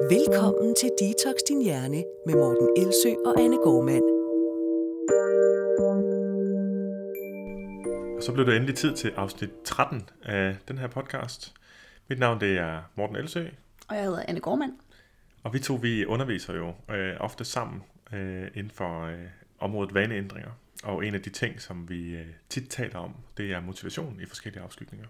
Velkommen til Detox Din Hjerne med Morten Elsø og Anne Gormand. Og så blev det endelig tid til afsnit 13 af den her podcast. Mit navn det er Morten Elsø. Og jeg hedder Anne Gormand. Og vi underviser jo ofte sammen inden for området vaneændringer. Og en af de ting, som vi tit taler om, det er motivation i forskellige afskygninger.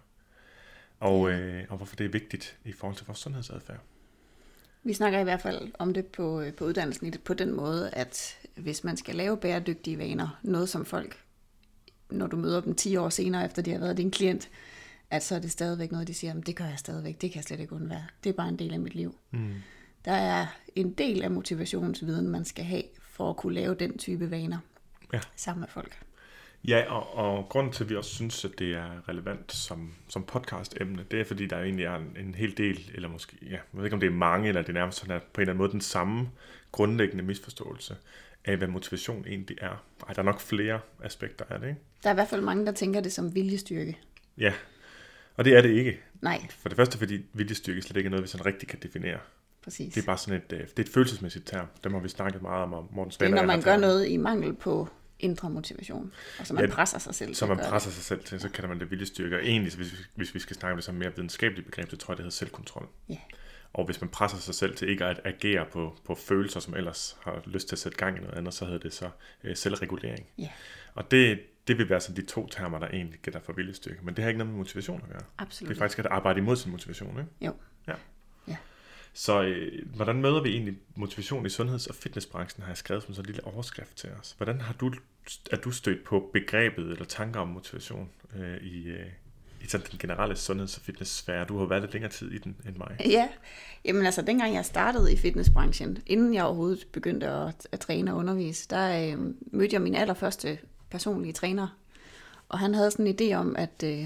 Og hvorfor det er vigtigt i forhold til vores sundhedsadfærd. Vi snakker i hvert fald om det på uddannelsen på den måde, at hvis man skal lave bæredygtige vaner, noget som folk, når du møder dem 10 år senere, efter de har været din klient, at så er det stadigvæk noget, de siger, det gør jeg stadigvæk, det kan jeg slet ikke undvære. Det er bare en del af mit liv. Der er en del af motivationsviden, man skal have for at kunne lave den type vaner sammen med folk. Ja, og grunden til, at vi også synes, at det er relevant som podcast-emne, det er, fordi der egentlig er en hel del, eller måske, jeg ved ikke, om det er mange, eller det er nærmest sådan, at på en eller anden måde den samme grundlæggende misforståelse af, hvad motivation egentlig er. Ej, der er nok flere aspekter af det, ikke? Der er i hvert fald mange, der tænker det som viljestyrke. Ja, og det er det ikke. Nej. For det første, fordi viljestyrke slet ikke er noget, vi sådan rigtig kan definere. Præcis. Det er bare sådan det er et følelsesmæssigt term. Dem har vi snakket meget om Mortens venner. Det er, når man gør noget i mangel på indre motivation, og så man presser sig selv til. Så man presser sig selv til, så kalder man det viljestyrke. Og egentlig, hvis vi skal snakke om det som mere videnskabeligt begreb, så tror jeg, det hedder selvkontrol. Ja. Og hvis man presser sig selv til ikke at agere på følelser, som ellers har lyst til at sætte gang i noget andet, så hedder det så selvregulering. Ja. Og det vil være sådan de to termer, der egentlig gælder for viljestyrke. Men det har ikke noget med motivation at gøre. Absolut. Det er faktisk at arbejde imod sin motivation, ikke? Jo. Ja. Ja. Så hvordan møder vi egentlig motivation i sundheds- og fitnessbranchen, har jeg skrevet som sådan en lille overskrift til os. Hvordan er du stødt på begrebet eller tanker om motivation i sådan den generelle sundheds- og fitnesssfære? Du har været lidt længere tid i den end mig. Ja, jamen altså dengang jeg startede i fitnessbranchen, inden jeg overhovedet begyndte at træne og undervise, der mødte jeg min allerførste personlige træner. Og han havde sådan en idé om,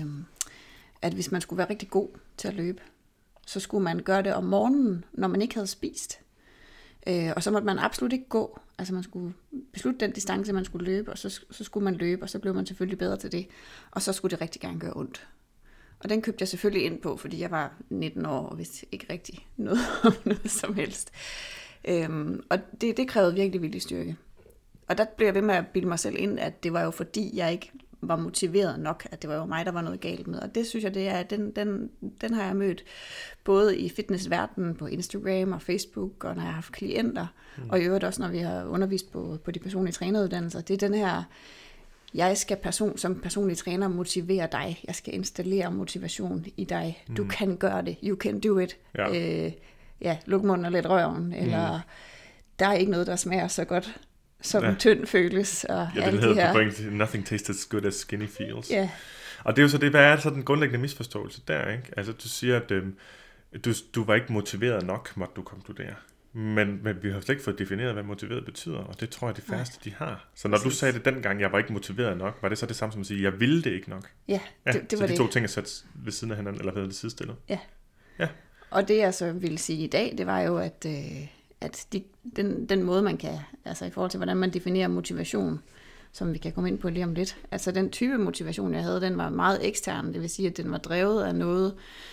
at hvis man skulle være rigtig god til at løbe, så skulle man gøre det om morgenen, når man ikke havde spist. Og så måtte man absolut ikke gå. Altså man skulle beslutte den distance, man skulle løbe, og så skulle man løbe, og så blev man selvfølgelig bedre til det. Og så skulle det rigtig gerne gøre ondt. Og den købte jeg selvfølgelig ind på, fordi jeg var 19 år og vidste ikke rigtig noget om noget som helst. Og det krævede virkelig viljestyrke. Og der blev jeg ved med at bilde mig selv ind, at det var jo fordi, jeg ikke var motiveret nok, at det var jo mig, der var noget galt med. Og det synes jeg, det er, den har jeg mødt både i fitnessverdenen, på Instagram og Facebook, og når jeg har haft klienter, og i øvrigt også, når vi har undervist på de personlige træneruddannelser. Det er den her, jeg skal som personlig træner motivere dig. Jeg skal installere motivation i dig. Du kan gøre det. You can do it. Ja. Luk munden og let røven. Eller der er ikke noget, der smager så godt, som tynd føles. Og det hedder på engelsk, nothing tastes as good as skinny feels. Ja. Og det er jo så det, hvad er så den grundlæggende misforståelse der, ikke? Altså du siger, at du var ikke motiveret nok, måtte du konkludere. Men vi har slet ikke fået defineret, hvad motiveret betyder, og det tror jeg, de færreste de har. Så når du sagde det dengang, jeg var ikke motiveret nok, var det så det samme som at sige, jeg ville det ikke nok? Ja, det så var de det. to ting er sat ved siden af hinanden, eller været sidestillet? Ja. Ja. Og det jeg så ville sige i dag, det var jo, at den måde man kan, altså i forhold til hvordan man definerer motivation, som vi kan komme ind på lige om lidt, altså den type motivation jeg havde, den var meget ekstern, det vil sige, at den var drevet af noget,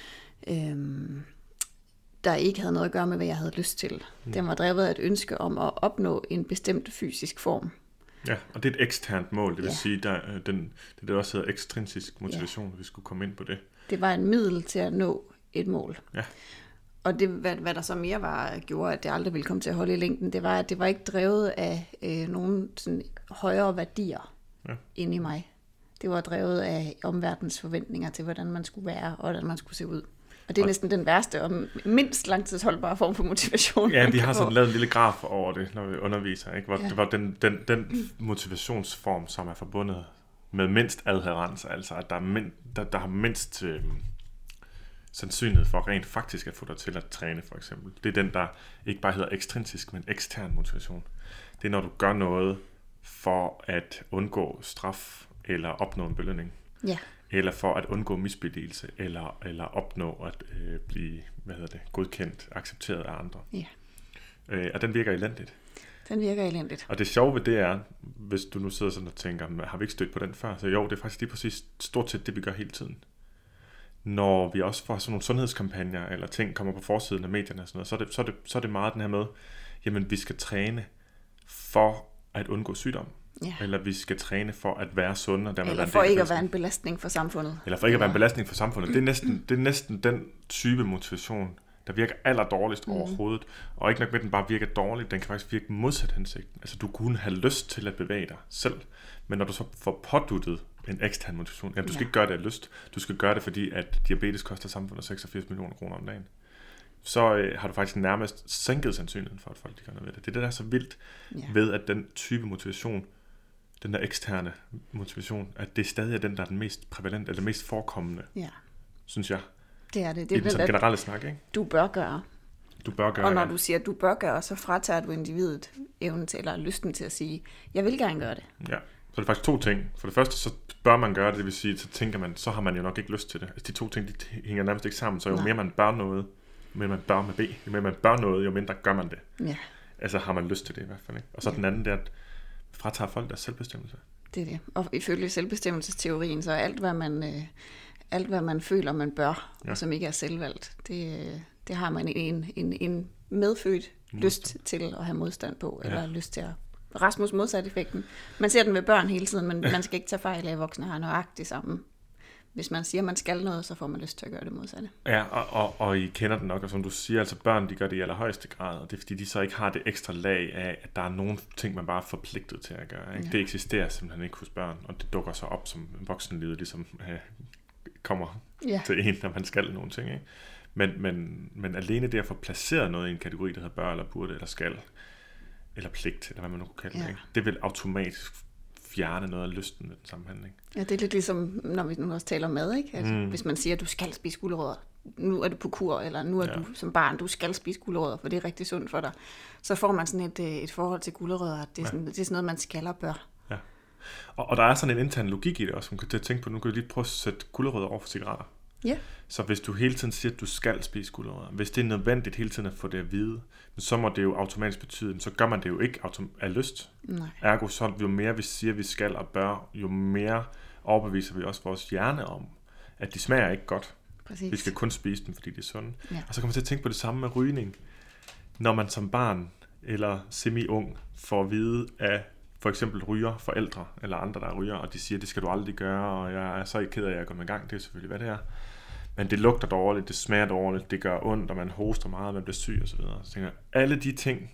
der ikke havde noget at gøre med, hvad jeg havde lyst til. Den var drevet af et ønske om at opnå en bestemt fysisk form. Ja, og det er et eksternt mål, det vil sige, det også hedder ekstrinsisk motivation, hvis vi skulle komme ind på det. Det var et middel til at nå et mål. Ja. Og det, hvad der så mere gjorde, at det aldrig ville komme til at holde i længden, det var, at det var ikke drevet af nogen sådan højere værdier inde i mig. Det var drevet af omverdens forventninger til, hvordan man skulle være, og hvordan man skulle se ud. Og det er næsten den værste og mindst langtidsholdbare form for motivation. Ja, vi har sådan lavet en lille graf over det, når vi underviser, ikke? Hvor det var den motivationsform, som er forbundet med mindst adherens, altså at der har mindst sandsynlighed for rent faktisk at få dig til at træne, for eksempel. Det er den, der ikke bare hedder ekstrinsisk, men ekstern motivation. Det er, når du gør noget for at undgå straf eller opnå en belønning. Ja. Eller for at undgå misbilligelse, eller opnå at blive godkendt, accepteret af andre. Ja. Og den virker elendigt. Den virker elendigt. Og det sjove ved det er, hvis du nu sidder sådan og tænker, har vi ikke stødt på den før? Så jo, det er faktisk lige præcis stort set det, vi gør hele tiden. når vi også får sådan nogle sundhedskampagner, eller ting kommer på forsiden af medierne og sådan noget, så er det meget den her med, jamen vi skal træne for at undgå sygdom. Ja. Eller vi skal træne for at være sunde. Eller for ikke at være en belastning for samfundet. Eller for ikke at være en belastning for samfundet. Det er næsten den type motivation, der virker allerdårligst overhovedet. Og ikke nok med, at den bare virker dårligt, den kan faktisk virke modsat hensigten. Altså du kunne have lyst til at bevæge dig selv, men når du så får påduttet en ekstern motivation, jamen du skal ikke gøre det af lyst, du skal gøre det, fordi at diabetes koster samfundet 86 millioner kroner om dagen. Så har du faktisk nærmest sænket sandsynligheden for, at folk de gør noget ved det. Det er det, der er så vildt ved, at den type motivation, den der eksterne motivation, at det stadig er den, der er den mest prævalente, eller den mest forekommende, synes jeg. Det er det. Det er den sådan generelle snak, ikke? Du bør gøre. Du bør gøre, og når du siger, at du bør gøre, så fratager du individet evnen til, eller lysten til at sige, jeg vil gerne gøre det. Ja, så er det faktisk to ting. For det første, så bør man gøre det, det vil sige, så tænker man, så har man jo nok ikke lyst til det. Altså de to ting, de hænger nærmest ikke sammen, så jo mere man bør noget, jo mere man bør med B, jo mere man bør noget, jo mindre gør man det. Ja. Altså har man lyst til det i hvert fald, ikke? Og så den anden, det er, at fratager folk deres selvbestemmelse. Det er det. Og ifølge selvbestemmelsesteorien, så er alt, hvad man føler, man bør, og som ikke er selvvalgt, det har man en medfødt lyst til at have modstand på, eller lyst til at... Rasmus modsat-effekten. Man ser den ved børn hele tiden, men man skal ikke tage fejl af, at voksne har nøjagtigt sammen. Hvis man siger, at man skal noget, så får man lyst til at gøre det modsatte. Ja, og I kender den nok, og som du siger, altså børn, de gør det i allerhøjeste grad, og det er fordi, de så ikke har det ekstra lag af, at der er nogle ting, man bare er forpligtet til at gøre. Ikke? Ja. Det eksisterer simpelthen ikke hos børn, og det dukker så op som voksenlivet, ligesom kommer til en, når man skal nogle ting. Ikke? Men alene det at få placeret noget i en kategori, der hedder bør, eller burde, eller skal, eller pligt, eller hvad man nu kunne kalde det, ikke? Det vil automatisk fjerne noget af lysten med den samme handling. Ja, det er lidt ligesom, når vi nu også taler mad, ikke? Altså, hvis man siger, at du skal spise gulerødder, nu er du på kur, eller nu er du som barn, du skal spise gulerødder, for det er rigtig sundt for dig, så får man sådan et forhold til gulerødder, at det er sådan noget, man skal og bør. Ja. Og der er sådan en intern logik i det også, som kan til at tænke på, nu kan du lige prøve at sætte gulerødder over for cigaretter. Ja. Så hvis du hele tiden siger, at du skal spise gulerødder, hvis det er nødvendigt hele tiden at få det at vide, så må det jo automatisk betyde, så gør man det jo ikke af lyst. Nej. Ergo, så jo mere vi siger, at vi skal og bør, jo mere overbeviser vi også vores hjerne om, at de smager ikke godt. Præcis. Vi skal kun spise dem, fordi de er sunde. Ja. Og så kommer man til at tænke på det samme med rygning. Når man som barn eller semi-ung får at vide af for eksempel ryger forældre eller andre, der ryger, og de siger, det skal du aldrig gøre, og jeg er så ikke ked af, at jeg er gået i gang. Det er selvfølgelig, hvad det er. Men det lugter dårligt, det smager dårligt, det gør ondt, og man hoster meget, man bliver syg osv. Så tænker jeg, alle de ting,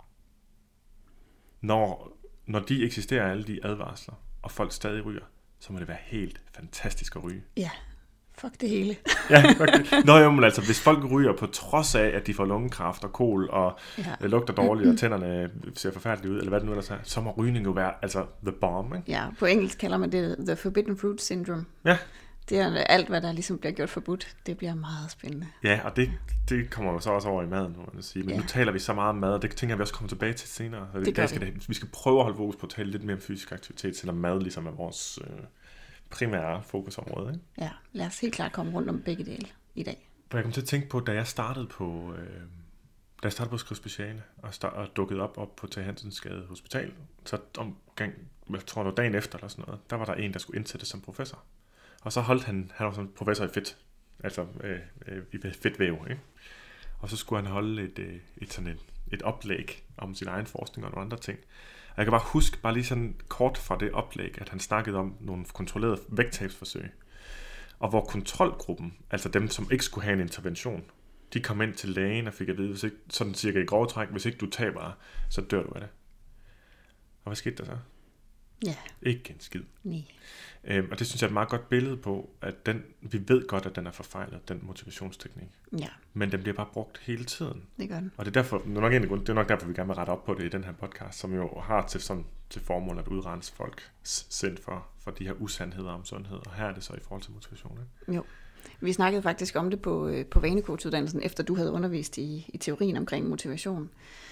når de eksisterer, alle de advarsler, og folk stadig ryger, så må det være helt fantastisk at ryge. Ja, fuck det hele. Ja, fuck det. Nå jo, men altså, hvis folk ryger på trods af, at de får lungekræft og kol, og lugter dårligt, og tænderne ser forfærdeligt ud, eller hvad det nu ellers er, så må rygning jo være altså the bomb, ikke? Ja, på engelsk kalder man det the forbidden fruit syndrome. Ja. Det er alt, hvad der ligesom bliver gjort forbudt. Det bliver meget spændende. Ja, og det kommer jo så også over i maden, må man sige. Men nu taler vi så meget om mad, og det tænker jeg, vi også kommer tilbage til senere. Så vi skal prøve at holde fokus på at tale lidt mere om fysisk aktivitet, selvom mad ligesom er vores primære fokusområde. Ikke? Ja, lad os helt klart komme rundt om begge dele i dag. For jeg kom til at tænke på, da jeg startede på at skrive speciale, og dukkede op på Tage Hansensgade Hospital, så omgang, jeg tror det var dagen efter eller sådan noget, der var der en, der skulle indsættes som professor. Og så holdt han var sådan professor i fedt, altså i fedtvæv, ikke? Og så skulle han holde et oplæg om sin egen forskning og nogle andre ting. Og jeg kan bare huske, bare lige sådan kort fra det oplæg, at han snakkede om nogle kontrollerede vægttabsforsøg. Og hvor kontrolgruppen, altså dem, som ikke skulle have en intervention, de kom ind til lægen og fik at vide, hvis ikke, sådan cirka i grove træk, hvis ikke du taber, så dør du af det. Og hvad skete der så? Ja. Ikke en skid. Nej. Og det synes jeg er et meget godt billede på, at vi ved godt, at den er forfejlet, den motivationsteknik. Ja. Men den bliver bare brugt hele tiden. Det gør den. Og det er derfor, det er nok derfor, vi gerne vil rette op på det i den her podcast, som jo har til formål at udrense folk sind for de her usandheder om sundhed. Og her er det så i forhold til motivation. Ikke? Jo. Vi snakkede faktisk om det på vanecoachuddannelsen, efter du havde undervist i teorien omkring motivation.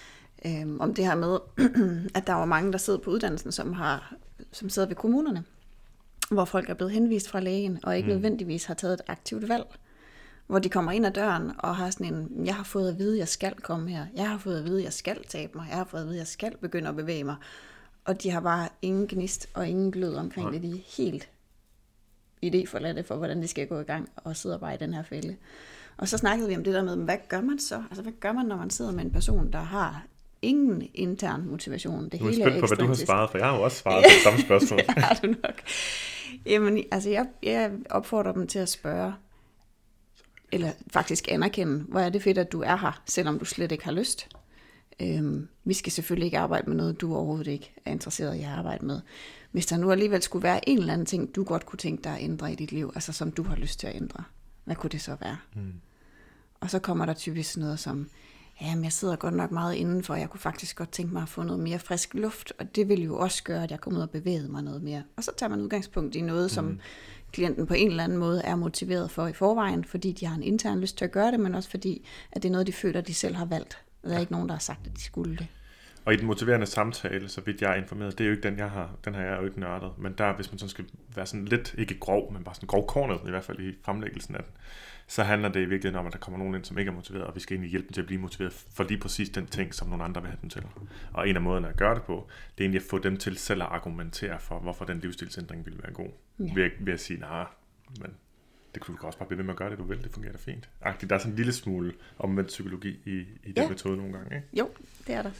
Om det her med, at der var mange, der sidder på uddannelsen, som sidder ved kommunerne, hvor folk er blevet henvist fra lægen, og ikke nødvendigvis har taget et aktivt valg. Hvor de kommer ind ad døren og har sådan en, jeg har fået at vide, at jeg skal komme her. Jeg har fået at vide, at jeg skal tabe mig. Jeg har fået at vide, at jeg skal begynde at bevæge mig. Og de har bare ingen gnist og ingen glød omkring det. De er helt idéforladte for, hvordan de skal gå i gang og sidde og bare i den her fælde. Og så snakkede vi om det der med, hvad gør man så? Altså, hvad gør man, når man sidder med en person, der har ingen intern motivation? Det nu er hele jeg spændt på, hvad du har ekstrinsisk. svaret, for jeg har jo også svaret på det samme spørgsmål. Det har du nok. Jamen, altså, jeg opfordrer dem til at spørge, eller faktisk anerkende, hvor er det fedt, at du er her, selvom du slet ikke har lyst. Vi skal selvfølgelig ikke arbejde med noget, du overhovedet ikke er interesseret i at arbejde med. Hvis der nu alligevel skulle være en eller anden ting, du godt kunne tænke dig at ændre i dit liv, altså som du har lyst til at ændre, hvad kunne det så være? Og så kommer der typisk noget som, jamen jeg sidder godt nok meget indenfor, jeg kunne faktisk godt tænke mig at få noget mere frisk luft, og det vil jo også gøre, at jeg kommer ud og bevæge mig noget mere. Og så tager man udgangspunkt i noget, som klienten på en eller anden måde er motiveret for i forvejen, fordi de har en intern lyst til at gøre det, men også fordi, at det er noget, de føler, de selv har valgt. Der er ikke nogen, der har sagt, at de skulle det. Og i den motiverende samtale, så vidt jeg er informeret, det er jo ikke den, jeg har. Den har jeg jo ikke nørdet. Men der, hvis man sådan skal være sådan lidt, ikke grov, men bare sådan grovkornet, i hvert fald i fremlæggelsen af den, så handler det i virkeligheden om, at der kommer nogen ind, som ikke er motiveret, og vi skal egentlig hjælpe dem til at blive motiveret for lige præcis den ting, som nogle andre vil have dem til. Og en af måderne at gøre det på, det er egentlig at få dem til selv at argumentere for, hvorfor den livsstilsændring ville være god. Ja. Ved at sige, nej, men det kunne du også bare blive ved med at gøre det, du vil. Det fungerer da fint. Der er sådan en lille smule omvendt psykologi i den metode nogle gange, ikke? Jo, det er der.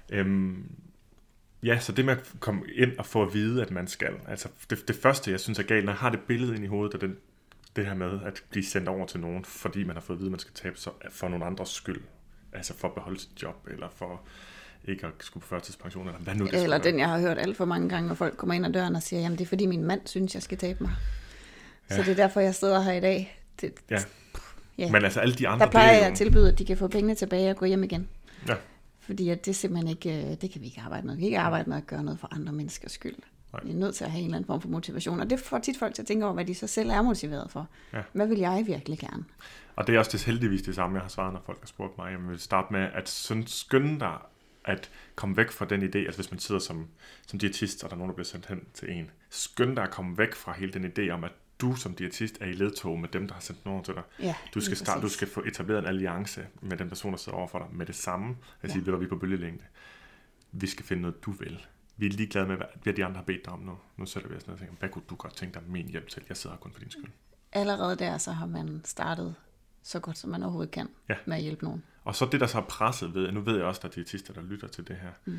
Ja, så det med at komme ind og få at vide, at man skal. Altså det første, jeg synes er galt, når jeg har det billede ind i hovedet, af det her med at blive sendt over til nogen, fordi man har fået at vide, at man skal tabe sig for nogle andres skyld. Altså for at beholde sit job, eller for ikke at skulle på førtidspension, eller hvad nu det eller den, jeg har hørt alt for mange gange, når folk kommer ind ad døren og siger, jamen det er fordi min mand synes, jeg skal tabe mig. Ja. Så det er derfor, jeg sidder her i dag. Ja. Men altså alle de andre... Der plejer jeg at tilbyde, at de kan få pengene tilbage og gå hjem igen. Ja. Fordi at det simpelthen ikke, det kan vi ikke arbejde med. Vi kan ikke arbejde med at gøre noget for andre menneskers skyld. Nej. Vi er nødt til at have en eller anden form for motivation. Og det får tit folk til at tænke over, hvad de så selv er motiveret for. Ja. Hvad vil jeg virkelig gerne? Og det er også heldigvis det samme, jeg har svaret, når folk har spurgt mig. Jeg vil starte med at skynde dig at komme væk fra den idé, at hvis man sidder som diætist, og der er nogen, der bliver sendt hen til en, skynd dig at komme væk fra hele den idé om, at du som diætist er i ledtog med dem, der har sendt nogen til dig. Ja, du skal få etableret en alliance med den person, der sidder overfor dig, med det samme. Jeg siger, vi er på bølgelængde. Vi skal finde noget, du vil. Vi er ligeglade med, hvad de andre har bedt dig om nu. Nu sætter vi os ned og tænker, hvad kunne du godt tænke dig min hjælp til? Jeg sidder her kun for din skyld. Allerede der, så har man startet så godt, som man overhovedet kan med at hjælpe nogen. Og så det, der så er presset ved, nu ved jeg også, at der er diætister, der lytter til det her.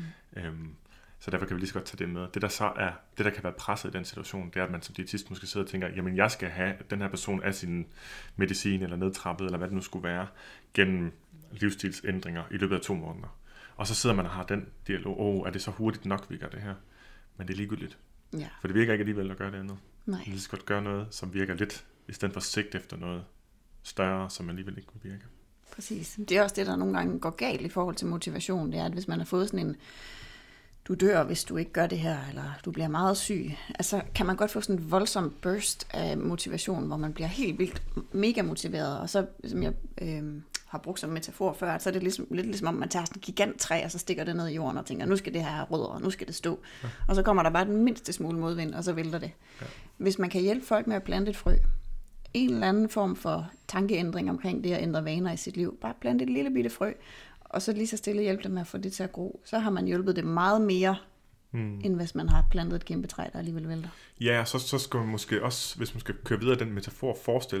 Så derfor kan vi lige så godt tage det med. Det, der så er, det, der kan være presset i den situation, det er, at man som diætist måske sidder og tænker, jamen jeg skal have den her person af sin medicin, eller nedtrappet, eller hvad det nu skulle være, gennem livsstilsændringer i løbet af 2 måneder. Og så sidder man og har den dialog, er det så hurtigt nok, vi gør det her? Men det er ligegyldigt. Ja. For det virker ikke alligevel at gøre det andet. Nej. Vi skal godt gøre noget, som virker lidt, i stedet for sigt efter noget større, som alligevel ikke kunne virke. Præcis. Det er også det, der nogle gange går galt i forhold til motivation. Det er, at hvis man har fået sådan en, du dør, hvis du ikke gør det her, eller du bliver meget syg, altså kan man godt få sådan en voldsom burst af motivation, hvor man bliver helt vildt mega motiveret. Og så, som jeg har brugt som metafor før, så er det lidt ligesom om, man tager sådan en giganttræ, og så stikker det ned i jorden og tænker, nu skal det her have rødder, og nu skal det stå. Ja. Og så kommer der bare den mindste smule modvind, og så vælter det. Ja. Hvis man kan hjælpe folk med at plante et frø, en eller anden form for tankeændring omkring det at ændre vaner i sit liv, bare plante et lille bitte frø, og så lige så stille hjælpe dem med at få det til at gro, så har man hjulpet det meget mere, end hvis man har plantet et kæmpe træ, der alligevel vælter. Ja, så skal man måske også, hvis man skal køre videre den metafor,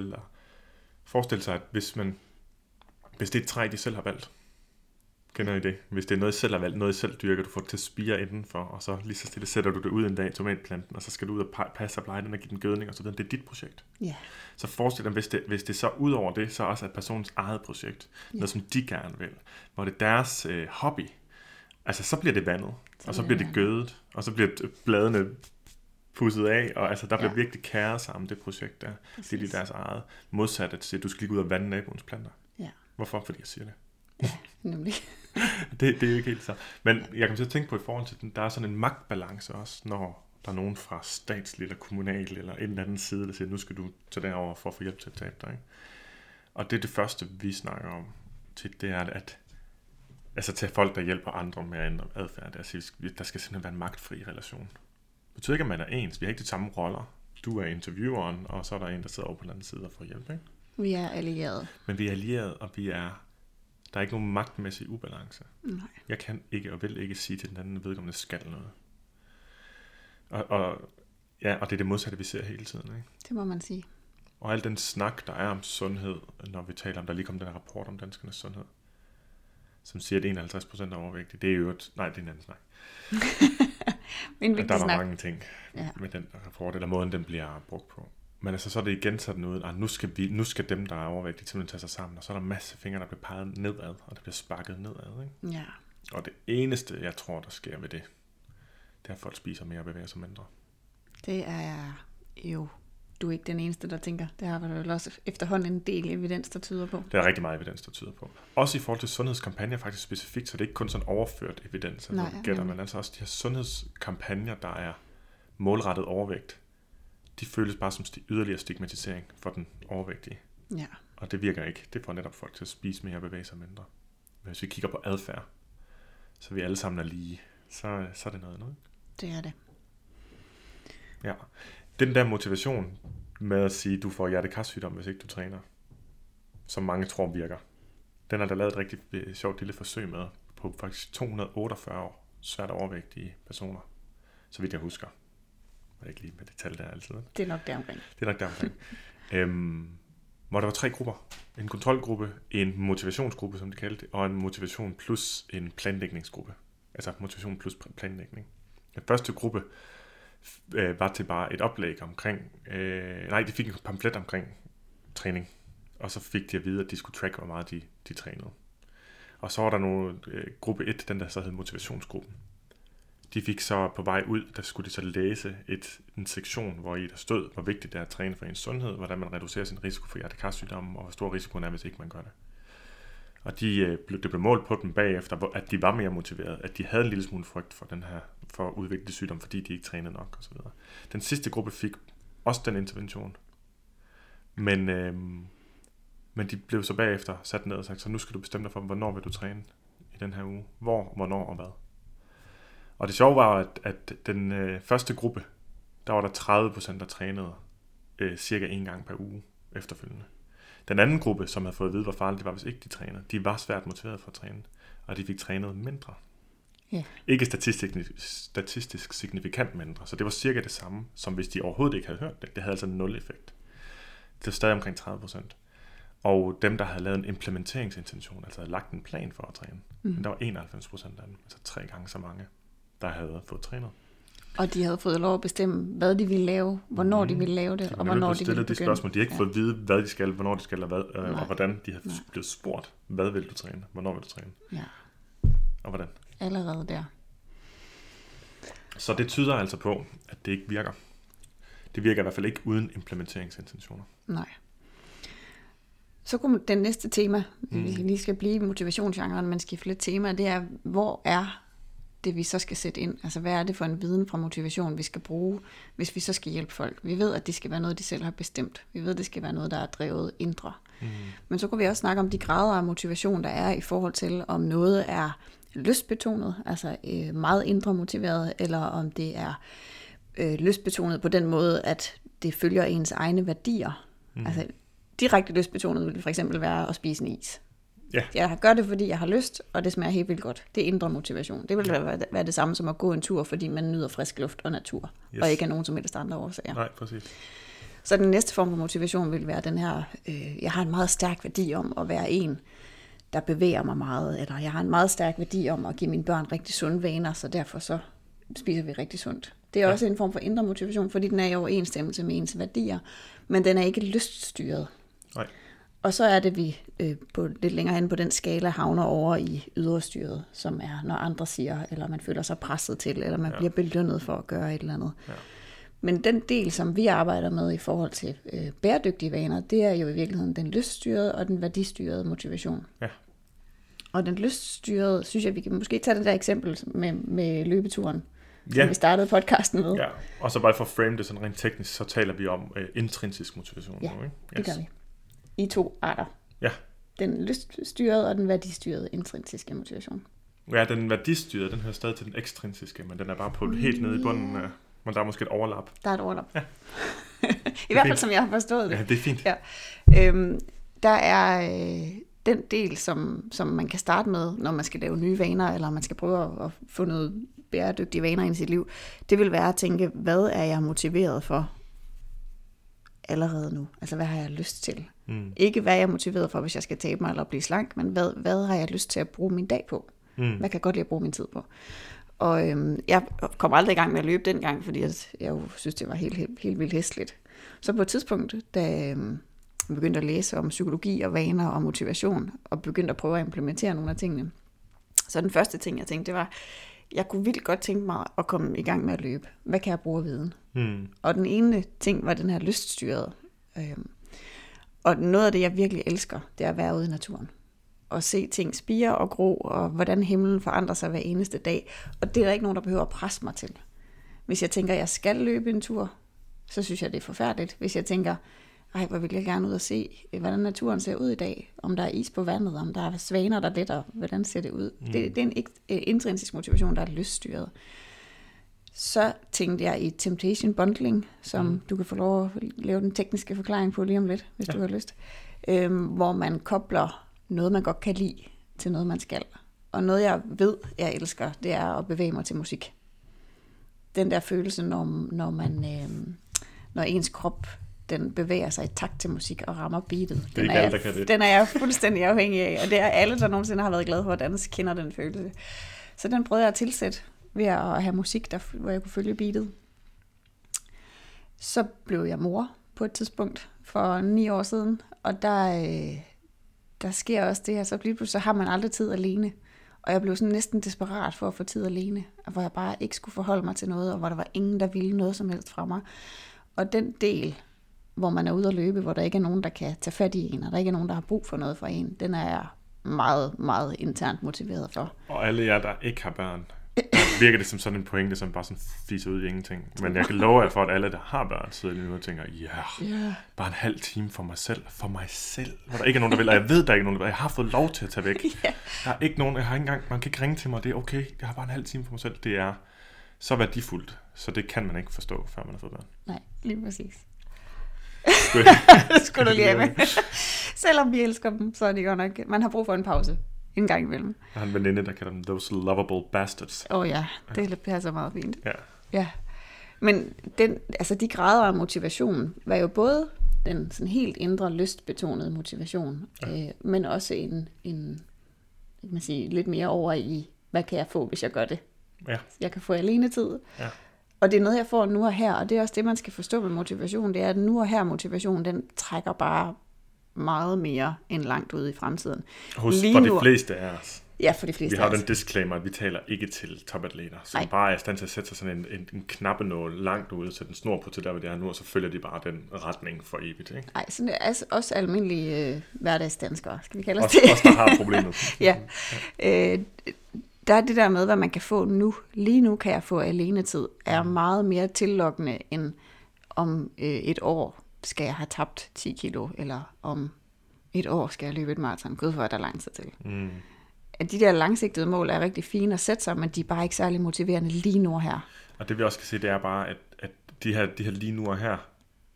forestille sig, at hvis det er et træ, de selv har valgt, kender I det? Hvis det er noget, I selv har valgt, noget I selv dyrker, du får det til at spire indenfor, og så lige så stille sætter du det ud en dag, tomatplanten, og så skal du ud og passe og pleje den og give den gødning, og så videre. Det er dit projekt. Yeah. Så forestil dig, hvis det så ud over det, så også er personens eget projekt, noget som de gerne vil, hvor det er deres hobby, altså så bliver det vandet, og så bliver det gødet, og så bliver bladene pusset af, og altså der bliver virkelig kære sammen det projekt der. Præcis. Det er deres eget. Modsat at sige, du skal lige gå ud og vande naboens planter. Ja. Hvorfor? Fordi jeg siger det. Ja, nemlig. det er jo ikke helt så. Men jeg kan til at tænke på i forhold til den, der er sådan en magtbalance også, når der er nogen fra statslig eller kommunal eller en eller anden side, der siger, nu skal du tage derover for at få hjælp til at tabe dig. Ikke? Og det er det første, vi snakker om tit, det er at altså til folk, der hjælper andre med at ændre adfærd, der skal simpelthen være en magtfri relation. Det betyder ikke, at man er ens. Vi har ikke de samme roller. Du er intervieweren, og så er der en, der sidder over på den anden side og får hjælp. Ikke? Vi er allierede. Men vi er allierede, og der er ikke nogen magtmæssig ubalance. Nej. Jeg kan ikke og vil ikke sige til den anden vedkommende skal noget. Og Ja, og det er det modsatte, vi ser hele tiden, ikke? Det må man sige. Og al den snak, der er om sundhed, når vi taler om, der lige kom den her rapport om danskernes sundhed, som siger, at 51% er overvægtige. Det er jo nej, det er en anden snak. Der er mange ting med den rapport, eller måden, den bliver brugt på. Men altså, så er det igen sådan ud, at nu skal dem, der er overvægtige, simpelthen tage sig sammen, og så er der en masse fingre, der bliver peget nedad, og der bliver sparket nedad, ikke? Ja. Og det eneste, jeg tror, der sker ved det er, at folk spiser mere og bevæger sig mindre. Det er jo, du er ikke den eneste, der tænker. Det har vel også efterhånden en del evidens, der tyder på. Det er rigtig meget evidens, der tyder på. Også i forhold til sundhedskampagner faktisk specifikt, så det er ikke kun sådan overført evidens, men altså også de her sundhedskampagner, der er målrettet overvægt, de føles bare som yderligere stigmatisering for den overvægtige. Ja. Og det virker ikke. Det får netop folk til at spise mere og bevæge sig mindre. Hvis vi kigger på adfærd, så vi alle sammen er lige, så er det noget andet. Det er det. Ja. Den der motivation med at sige, at du får hjertekarsygdom, hvis ikke du træner, som mange tror virker, den er der lavet et rigtig sjovt lille forsøg med på faktisk 248 år svært overvægtige personer, så vidt jeg husker. Jeg er ikke lige med det tal der altid. Det er nok deromkring. Hvor der var 3 grupper. En kontrolgruppe, en motivationsgruppe, som de kaldte det, og en motivation plus en planlægningsgruppe. Altså motivation plus planlægning. Den første gruppe var til bare et oplæg omkring, de fik en pamflet omkring træning, og så fik de at vide, at de skulle tracke, hvor meget de trænede. Og så var der nogle, gruppe 1, den der så hed motivationsgruppen. De fik så på vej ud, der skulle de så læse en sektion, hvor i der stod, hvor vigtigt det er at træne for ens sundhed, hvordan man reducerer sin risiko for hjertekarsygdomme, og hvor stor risikoen er, hvis ikke man gør det. Og det blev målt på dem bagefter, at de var mere motiverede, at de havde en lille smule frygt for at udvikle sygdom, fordi de ikke trænede nok osv. Den sidste gruppe fik også den intervention, men de blev så bagefter sat ned og sagt, så nu skal du bestemme dig for, hvornår vil du træne i den her uge, hvornår og hvad. Og det sjove var, at den første gruppe, der var der 30%, der trænede cirka 1 gang per uge efterfølgende. Den anden gruppe, som havde fået at vide, hvor farligt det var, hvis ikke de trænede, de var svært motiveret for at træne, og de fik trænet mindre. Yeah. Ikke statistisk signifikant mindre, så det var cirka det samme, som hvis de overhovedet ikke havde hørt det. Det havde altså 0 effekt. Det var stadig omkring 30%. Og dem, der havde lavet en implementeringsintention, altså havde lagt en plan for at træne, men der var 91% af dem, altså 3 gange så mange, der havde fået trænet. Og de havde fået lov at bestemme, hvad de ville lave, hvornår de ville lave det, og hvornår de ville begynde. De spørgsmål. De har ikke fået at vide, hvad de skal, hvornår de skal, og hvordan de har blevet spurgt. Hvad vil du træne? Hvornår vil du træne? Ja. Og hvordan? Allerede der. Så det tyder altså på, at det ikke virker. Det virker i hvert fald ikke uden implementeringsintentioner. Nej. Så kommer den næste tema, vi lige skal blive i motivationsgenren, men skifte lidt tema, det er, hvor er det, vi så skal sætte ind? Altså, hvad er det for en viden fra motivation, vi skal bruge, hvis vi så skal hjælpe folk? Vi ved, at det skal være noget, de selv har bestemt. Vi ved, at det skal være noget, der er drevet indre. Men så kunne vi også snakke om de grader af motivation, der er i forhold til, om noget er lystbetonet, altså meget indre motiveret, eller om det er lystbetonet på den måde, at det følger ens egne værdier. Altså, direkte lystbetonet vil for eksempel være at spise en is. Ja. Jeg gør det, fordi jeg har lyst, og det smager helt vildt godt. Det er indre motivation. Det vil være det samme som at gå en tur, fordi man nyder frisk luft og natur, og ikke af nogen som helst andre årsager. Nej, præcis. Så den næste form for motivation vil være den her, jeg har en meget stærk værdi om at være en, der bevæger mig meget, eller jeg har en meget stærk værdi om at give mine børn rigtig sunde vaner, så derfor så spiser vi rigtig sundt. Det er også en form for indre motivation, fordi den er i overensstemmelse med ens værdier, men den er ikke lyststyret. Nej. Og så er det, vi på lidt længere hen på den skala havner over i yderstyret, som er, når andre siger, eller man føler sig presset til, eller man bliver belønnet for at gøre et eller andet. Ja. Men den del, som vi arbejder med i forhold til bæredygtige vaner, det er jo i virkeligheden den lyststyrede og den værdistyrede motivation. Ja. Og den lyststyrede, synes jeg, vi kan måske tage det der eksempel med løbeturen, som vi startede podcasten med. Ja, og så bare for at frame det sådan rent teknisk, så taler vi om intrinsisk motivation. Ja, nu, ikke? Det gør vi. I 2 arter. Ja. Den lyststyrede og den værdistyrede intrinsiske motivation. Ja, den værdistyrede, den hører stadig til den ekstrinsiske, men den er bare på helt nede i bunden, men der er måske et overlap. Der er et overlap. Ja. I hvert fald, som jeg har forstået det. Ja, det er fint. Ja. Der er den del, som man kan starte med, når man skal lave nye vaner, eller man skal prøve at få noget bæredygtige vaner ind i sit liv, det vil være at tænke, hvad er jeg motiveret for allerede nu? Altså, hvad har jeg lyst til? Ikke hvad jeg er motiveret for, hvis jeg skal tabe mig eller blive slank, men hvad har jeg lyst til at bruge min dag på? Hvad kan jeg godt lide at bruge min tid på? Og jeg kom aldrig i gang med at løbe dengang, fordi jeg jo synes, det var helt vildt hæsligt. Så på et tidspunkt, da jeg begyndte at læse om psykologi og vaner og motivation, og begyndte at prøve at implementere nogle af tingene, så den første ting, jeg tænkte, det var, jeg kunne vildt godt tænke mig at komme i gang med at løbe. Hvad kan jeg bruge af viden? Og den ene ting var den her lyststyrede. Og noget af det, jeg virkelig elsker, det er at være ude i naturen. Og se ting spire og gro, og hvordan himlen forandrer sig hver eneste dag. Og det er der ikke nogen, der behøver at presse mig til. Hvis jeg tænker, at jeg skal løbe en tur, så synes jeg, det er forfærdeligt. Hvis jeg tænker, hvor vil jeg gerne ud og se, hvordan naturen ser ud i dag. Om der er is på vandet, om der er svaner, der letter, hvordan ser det ud. Det er en intrinsisk motivation, der er lyststyret. Så tænkte jeg i temptation bundling, som du kan få lov at lave den tekniske forklaring på lige om lidt, hvis du har lyst. Hvor man kobler noget, man godt kan lide, til noget, man skal. Og noget, jeg ved, jeg elsker, det er at bevæge mig til musik. Den der følelse, når ens krop, den bevæger sig i takt til musik og rammer beatet. Den er jeg fuldstændig afhængig af, og det er alle, der nogensinde har været glade for at danse, kender den følelse. Så den prøvede jeg at tilsætte ved at have musik, hvor jeg kunne følge beatet. Så blev jeg mor på et tidspunkt for 9 år siden, og der sker også det her, så lige pludselig har man aldrig tid alene. Og jeg blev sådan næsten desperat for at få tid alene, hvor jeg bare ikke skulle forholde mig til noget, og hvor der var ingen, der ville noget som helst fra mig. Og den del, hvor man er ude at løbe, hvor der ikke er nogen, der kan tage fat i en, og der ikke er nogen, der har brug for noget fra en, den er jeg meget, meget internt motiveret for. Og alle jer, der ikke har børn, virker det som sådan en pointe, som bare sådan fiser ud i ingenting. Men jeg kan love jer for, at alle, der har børn, sidder lige nu og tænker, bare en halv time for mig selv. For mig selv. Hvor der ikke er nogen, der vil. Og jeg ved, der er ikke nogen, der vil. Jeg har fået lov til at tage væk. Der er ikke nogen, jeg har ikke engang, man kan ikke ringe til mig, det er okay. Jeg har bare en halv time for mig selv. Det er så værdifuldt. Så det kan man ikke forstå, før man har fået børn. Nej, lige præcis. Skulle du lige have med. Selvom vi elsker dem, så er det godt nok. Man har brug for en pause. En gang imellem. Jeg har en veninde, der kalder dem those lovable bastards. Det passer meget fint. Ja. Men de grader af motivation var jo både den sådan helt indre lystbetonede motivation, men også en kan man sige, lidt mere over i, hvad kan jeg få, hvis jeg gør det? Ja. Jeg kan få alenetid. Ja. Og det er noget, jeg får nu og her, og det er også det, man skal forstå med motivation, det er, at nu og her motivation, den trækker bare meget mere end langt ude i fremtiden. For de fleste af os. Ja, for de fleste. Vi har den disclaimer, at vi taler ikke til topatleter, som bare er i stand til at sætte sig sådan en knappenål langt ude, så den snor på til der, hvor det er nu, og så følger de bare den retning for evigt. Ikke? Nej, sådan er altså også almindelige hverdagsdanskere, skal vi kalde os det. Også der har problemet. Ja. Der er det der med, hvad man kan få nu. Lige nu kan jeg få alenetid, er meget mere tillokkende, end om et år skal jeg have tabt 10 kilo, eller om et år skal jeg løbe et maraton. Gud, hvor er der lang tid til. At de der langsigtede mål er rigtig fine at sætte sig, men de er bare ikke særlig motiverende lige nu og her. Og det vi også kan se, det er bare, at de her lige nu og her,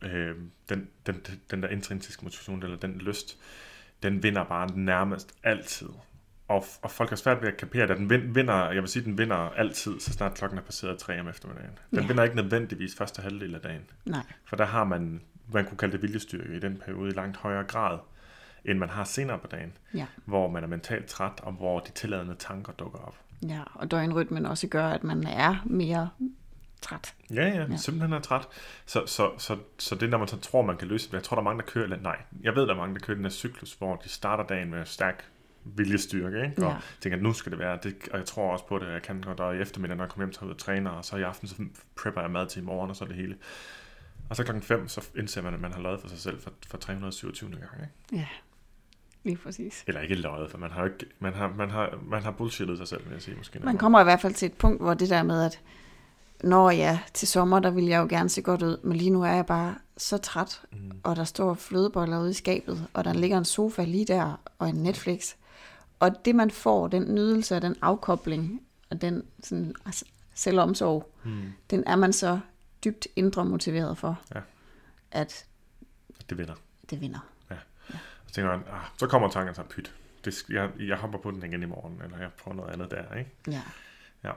den der intrinsiske motivation, eller den lyst, den vinder bare nærmest altid. Og folk har svært ved at kapere det. Den vinder altid, så snart klokken er passeret 3 om eftermiddagen. Den vinder ikke nødvendigvis første halvdel af dagen. Nej. For der har man kunne kalde det viljestyrke i den periode i langt højere grad, end man har senere på dagen. Ja. Hvor man er mentalt træt, og hvor de tilladende tanker dukker op. Ja, og døgnrytmen også gør, at man er mere træt. Ja, simpelthen er træt. Så det, når man så tror, man kan løse det. Jeg tror, der er mange, der kører, jeg ved, der er mange, der kører den her cyklus, hvor de starter dagen med stærk viljestyrke, ikke? Og tænker, at nu skal det være det, og jeg tror også på det, jeg kan godt, og i eftermiddag, når jeg kommer hjem, så ud og træner, og så i aften, så prepper jeg mad til i morgen, og så det hele. Og så klokken 5, så indser man, at man har løjet for sig selv for 327. gang, ikke? Ja, lige præcis. Eller ikke løjet, for man har ikke, man har bullshittet sig selv, vil jeg sige, måske. Man kommer i hvert fald til et punkt, hvor det der med, at når til sommer, der vil jeg jo gerne se godt ud, men lige nu er jeg bare så træt, og der står flødeboller ude i skabet, og der ligger en sofa lige der, og en Netflix. Og det man får, den nydelse og den afkobling, og den sådan, altså, selvomsorg, den er man så dybt indre motiveret for, at det vinder. Det vinder. Ja. Så tænker man, så kommer tanken så pyt. jeg hopper på den igen i morgen, eller jeg prøver noget andet der, ikke? Ja. Ja.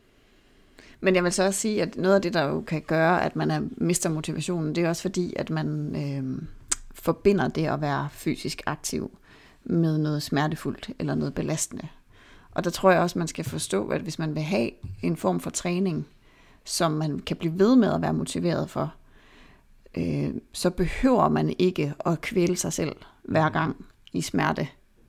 Men jeg vil så også sige, at noget af det, der jo kan gøre, at man mister motivationen, det er også fordi, at man forbinder det at være fysisk aktiv med noget smertefuldt eller noget belastende. Og der tror jeg også, man skal forstå, at hvis man vil have en form for træning, som man kan blive ved med at være motiveret for, så behøver man ikke at kvæle sig selv hver gang i smerte.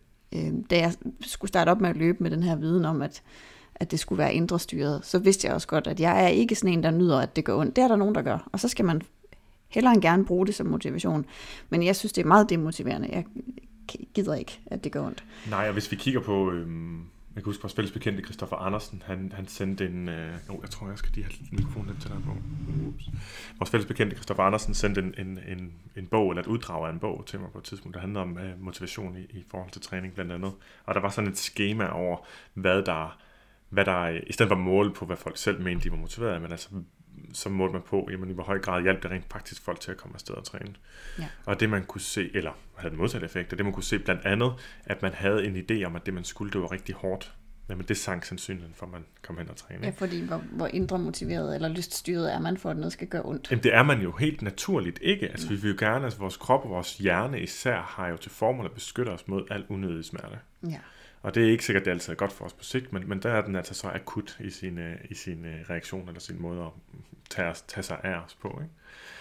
Da jeg skulle starte op med at løbe med den her viden om, at det skulle være indre styret, så vidste jeg også godt, at jeg er ikke sådan en, der nyder, at det gør ondt. Det er der nogen, der gør. Og så skal man hellere end gerne bruge det som motivation. Men jeg synes, det er meget demotiverende. Jeg gider ikke, at det gør ondt. Nej, og hvis vi kigger på... Jeg kan huske vores fælles bekendte Christoffer Andersen, han sendte en... jeg tror, jeg skal lige have mikrofonen lidt til dig på. Vores fælles bekendte Christoffer Andersen sendte en bog, eller et uddrag af en bog til mig på et tidspunkt, der handlede om motivation i forhold til træning blandt andet. Og der var sådan et skema over, hvad der i stedet for mål på, hvad folk selv mente, de var motiveret af, men altså så målte man på, jamen, i hvor høj grad hjalp det rent faktisk folk til at komme afsted og træne. Ja. Og det man kunne se, eller havde den modsatte effekt, og det man kunne se blandt andet, at man havde en idé om, at det man skulle, det var rigtig hårdt. Jamen det sank sandsynligheden for, at man kom hen og træne. Ja, fordi hvor indre motiveret eller lyststyret er man for, at noget skal gøre ondt. Jamen det er man jo helt naturligt ikke. Altså vi vil jo gerne, altså vores krop og vores hjerne især har jo til formål at beskytte os mod al unødig smerte. Ja. Og det er ikke sikkert, det altid er godt for os på sigt, men der er den altså så akut i sin reaktion eller sin måde at tage sig af os på. Ikke?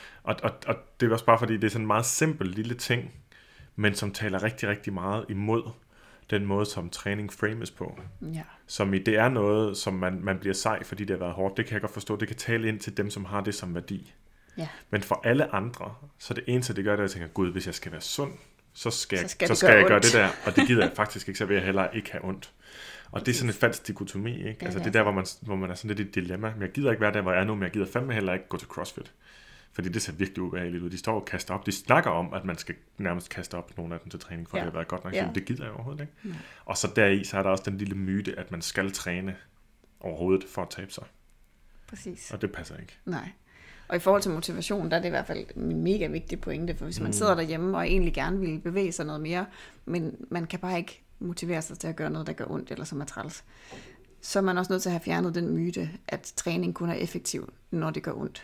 Og det er også bare fordi, det er sådan en meget simpel lille ting, men som taler rigtig, rigtig meget imod den måde, som træning frames på. Ja. Som det er noget, som man bliver sej, fordi det har været hårdt. Det kan jeg godt forstå. Det kan tale ind til dem, som har det som værdi. Ja. Men for alle andre, så det eneste, det gør, det er, at jeg tænker, gud, hvis jeg skal være sund, så skal jeg gøre det der, og det gider jeg faktisk ikke, så vil jeg heller ikke have ondt. Og det er sådan et falsk dikotomi, ikke? Ja, altså det er der, hvor man er sådan lidt i et dilemma. Men jeg gider ikke være der, hvor jeg er nu, men jeg gider fandme heller ikke gå til CrossFit. Fordi det ser virkelig ubehageligt ud. De står og kaster op. De snakker om, at man skal nærmest kaste op nogle af dem til træning, for det har været godt nok. Ja. Det gider jeg overhovedet ikke. Ja. Og så deri, så er der også den lille myte, at man skal træne overhovedet for at tabe sig. Præcis. Og det passer ikke. Nej. Og i forhold til motivation, der er det i hvert fald en mega vigtig pointe, for hvis man sidder derhjemme og egentlig gerne vil bevæge sig noget mere, men man kan bare ikke motivere sig til at gøre noget, der gør ondt, eller som er træls, så er man også nødt til at have fjernet den myte, at træning kun er effektiv, når det gør ondt.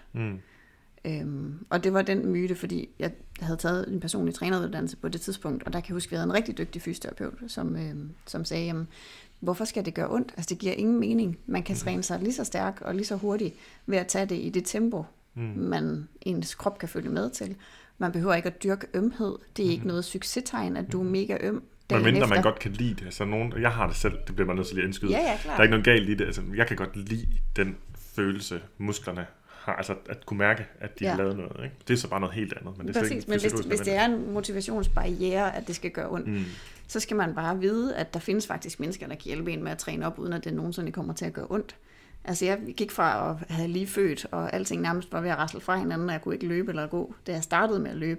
Og det var den myte, fordi jeg havde taget en personlig træneruddannelse på det tidspunkt, og der kan jeg huske, at vi havde en rigtig dygtig fysioterapeut, som sagde, jamen, hvorfor skal det gøre ondt? Altså det giver ingen mening. Man kan træne sig lige så stærk og lige så hurtigt ved at tage det i det tempo, ens krop kan følge med til. Man behøver ikke at dyrke ømhed. Det er ikke noget succestegn, at du er mega øm. Men mindre man godt kan lide det. Altså jeg har det selv, det bliver man nødt til at indskyde. Ja, der er ikke noget galt i det. Altså, jeg kan godt lide den følelse, musklerne har, altså at kunne mærke, at de har lavet noget. Ikke? Det er så bare noget helt andet. Men det er præcis, men hvis det er en motivationsbarriere, at det skal gøre ondt, så skal man bare vide, at der findes faktisk mennesker, der kan hjælpe en med at træne op, uden at det nogensinde kommer til at gøre ondt. Altså jeg gik fra at have lige født, og alting nærmest var ved at rasle fra hinanden, og jeg kunne ikke løbe eller gå, da jeg startede med at løbe.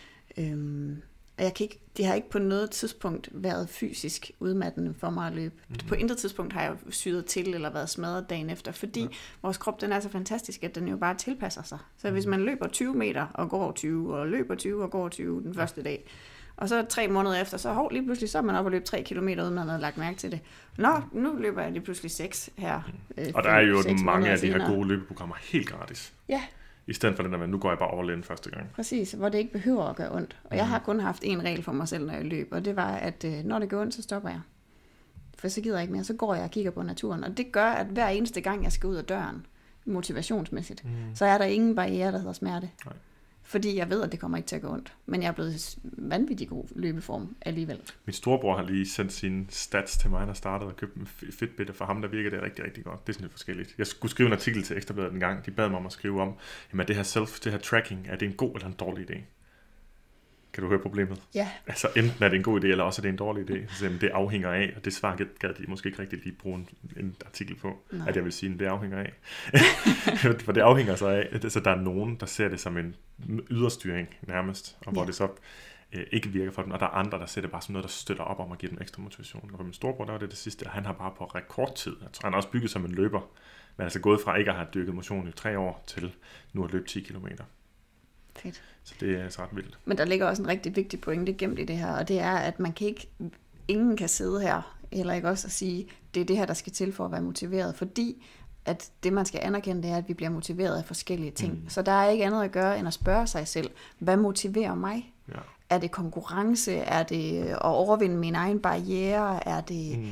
Og det har ikke på noget tidspunkt været fysisk udmattende for mig at løbe. På intet tidspunkt har jeg syet til eller været smadret dagen efter, fordi vores krop den er så fantastisk, at den jo bare tilpasser sig. Så hvis man løber 20 meter og går 20, og løber 20 og går 20 den første dag, og så 3 måneder efter, så lige pludselig så er man oppe og løbe 3 kilometer, uden man havde lagt mærke til det. Nu løber jeg lige pludselig 6 her. Og der er jo mange af de her gode løbeprogrammer helt gratis. Ja. I stedet for den der, nu går jeg bare all in første gang. Præcis, hvor det ikke behøver at gøre ondt. Og jeg har kun haft en regel for mig selv, når jeg løber, og det var, at når det gør ondt, så stopper jeg. For så gider jeg ikke mere, så går jeg og kigger på naturen. Og det gør, at hver eneste gang, jeg skal ud af døren, motivationsmæssigt, så er der ingen barriere, der hedder smerte. Nej. Fordi jeg ved, at det kommer ikke til at gå ondt. Men jeg er blevet vanvittig god løbeform alligevel. Min storebror har lige sendt sine stats til mig, der startede og købte en Fitbit, og for ham der virker det rigtig, rigtig godt. Det er sådan lidt forskelligt. Jeg skulle skrive en artikel til Ekstra Bladet en gang. De bad mig om at skrive om, jamen det her tracking, er det en god eller en dårlig idé? Kan du høre problemet? Ja. Altså enten er det en god idé, eller også er det en dårlig idé. Så det afhænger af, og det svar gad de måske ikke rigtig lige bruge en artikel på, at jeg vil sige, at det afhænger af. For det afhænger så af, så der er nogen, der ser det som en yderstyring nærmest, og hvor det så ikke virker for dem, og der er andre, der ser det bare som noget, der støtter op om at give dem ekstra motivation. Og for min storebror, der var det sidste, han har bare på rekordtid, jeg tror, han har også bygget som en løber, men altså gået fra ikke at have dyrket motion i 3 år, til nu at løbe 10 kilometer. Fedt. Så det er altså ret vildt. Men der ligger også en rigtig vigtig pointe gemt i det her, og det er, at man kan ikke ingen kan sidde her, heller ikke også at sige, det er det her, der skal til for at være motiveret, fordi at det, man skal anerkende, det er, at vi bliver motiveret af forskellige ting. Så der er ikke andet at gøre, end at spørge sig selv, hvad motiverer mig? Ja. Er det konkurrence? Er det at overvinde mine egne barrierer? Er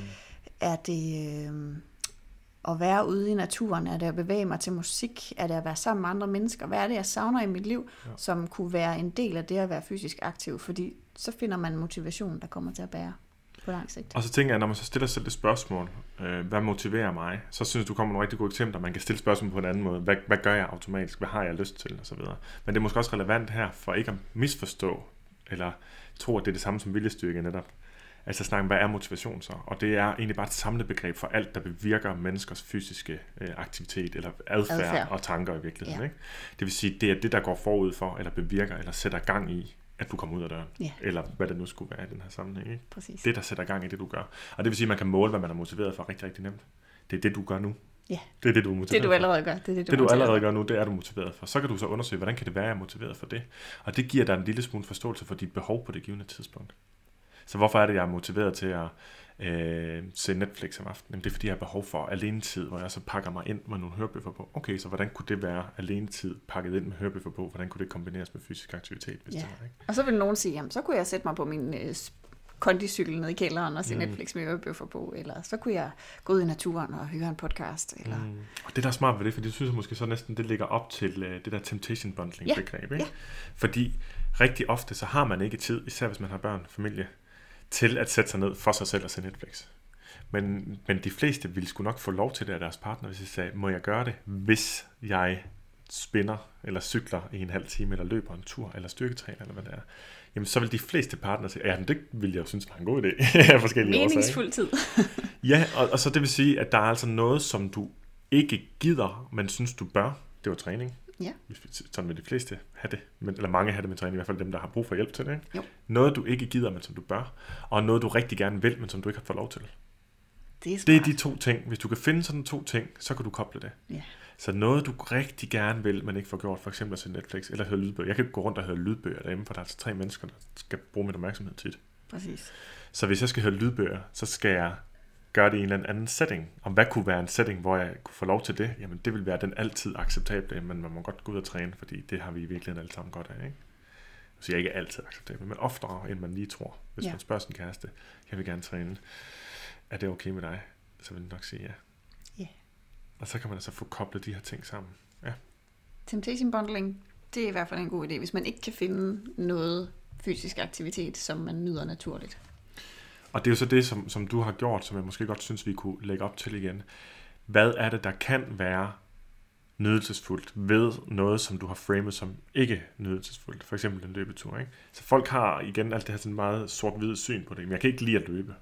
det at være ude i naturen? Er det at bevæge mig til musik? Er det at være sammen med andre mennesker? Hvad er det, jeg savner i mit liv, som kunne være en del af det at være fysisk aktiv? Fordi så finder man motivation, der kommer til at bære på lang sigt. Og så tænker jeg, når man så stiller selv det spørgsmål, hvad motiverer mig? Så synes du kommer nogle rigtig gode eksempler. Man kan stille spørgsmål på en anden måde. Hvad gør jeg automatisk? Hvad har jeg lyst til? Og så videre. Men det er måske også relevant her, for ikke at misforstå, eller tro, at det er det samme som viljestyrke netop. Altså snakke om, hvad er motivation så? Og det er egentlig bare et samlet begreb for alt, der bevirker menneskers fysiske aktivitet, eller adfærd og tanker i virkeligheden. Ikke? Det vil sige, det er det, der går forud for, eller bevirker, eller sætter gang i, at du kommer ud af døren. Yeah. Eller hvad det nu skulle være i den her sammenhæng. Ikke? Præcis. Det, der sætter gang i det, du gør. Og det vil sige, at man kan måle, hvad man er motiveret for rigtig, rigtig nemt. Det er det, du gør nu. Yeah. Det er det, du er motiveret det, du allerede gør. Det du allerede gør nu, det er du motiveret for. Så kan du så undersøge, hvordan kan det være, at jeg er motiveret for det. Og det giver dig en lille smule forståelse for dit behov på det givne tidspunkt. Så hvorfor er det, jeg er motiveret til at se Netflix om aftenen? Jamen, det er, fordi jeg har behov for alenetid, hvor jeg så pakker mig ind med nogle hørebøffer på. Okay, så hvordan kunne det være alenetid pakket ind med hørebøffer på? Hvordan kunne det kombineres med fysisk aktivitet? Hvis det var, ikke? Og så vil nogen sige, jamen, så kunne jeg sætte mig på min kondicykel ned i kælderen og se Netflix med hørebøffer på, eller så kunne jeg gå ud i naturen og høre en podcast. Eller... Og det der er smart ved det, for det synes jeg måske så næsten, det ligger op til det der temptation bundling begreb. Ikke? Fordi rigtig ofte, så har man ikke tid, især hvis man har børn, familie, til at sætte sig ned for sig selv og se Netflix. Men de fleste ville sgu nok få lov til det af deres partner, hvis de sagde, må jeg gøre det, hvis jeg spinner, eller cykler i en halv time, eller løber en tur, eller styrketræner, eller hvad det er. Jamen, så vil de fleste partner sige, ja, det vil jeg jo synes var en god idé. Af forskellige årsager. Meningsfuld tid. Ja, og så det vil sige, at der er altså noget, som du ikke gider, men synes, du bør. Det var træning. Ja. Sådan vil de fleste have det. Eller mange have det med træning, i hvert fald dem, der har brug for hjælp til det. Ikke? Jo. Noget, du ikke gider, men som du bør. Og noget, du rigtig gerne vil, men som du ikke har fået lov til. Det er de to ting. Hvis du kan finde sådan 2 ting, så kan du koble det. Ja. Så noget, du rigtig gerne vil, men ikke får gjort, for eksempel at se Netflix, eller høre lydbøger. Jeg kan ikke gå rundt og høre lydbøger derhjemme, for der er altså 3 mennesker, der skal bruge min opmærksomhed tit. Præcis. Så hvis jeg skal høre lydbøger, så skal jeg gøre det i en eller anden setting. Om hvad kunne være en setting, hvor jeg kunne få lov til det? Jamen, det vil være den altid acceptable, men man må godt gå ud og træne, fordi det har vi i virkeligheden alle sammen godt af, ikke? Så jeg er ikke altid acceptabel, men oftere, end man lige tror. Hvis man spørger sin kæreste, jeg vil gerne træne. Er det okay med dig? Så vil den nok sige ja. Ja. Og så kan man altså få koblet de her ting sammen. Ja. Temptation bundling, det er i hvert fald en god idé, hvis man ikke kan finde noget fysisk aktivitet, som man nyder naturligt. Og det er jo så det, som du har gjort, som jeg måske godt synes, vi kunne lægge op til igen. Hvad er det, der kan være nydelsesfuldt ved noget, som du har framet som ikke nydelsesfuldt? For eksempel en løbetur, ikke? Så folk har igen alt det her sådan meget sort-hvid syn på det. Men jeg kan ikke lide at løbe.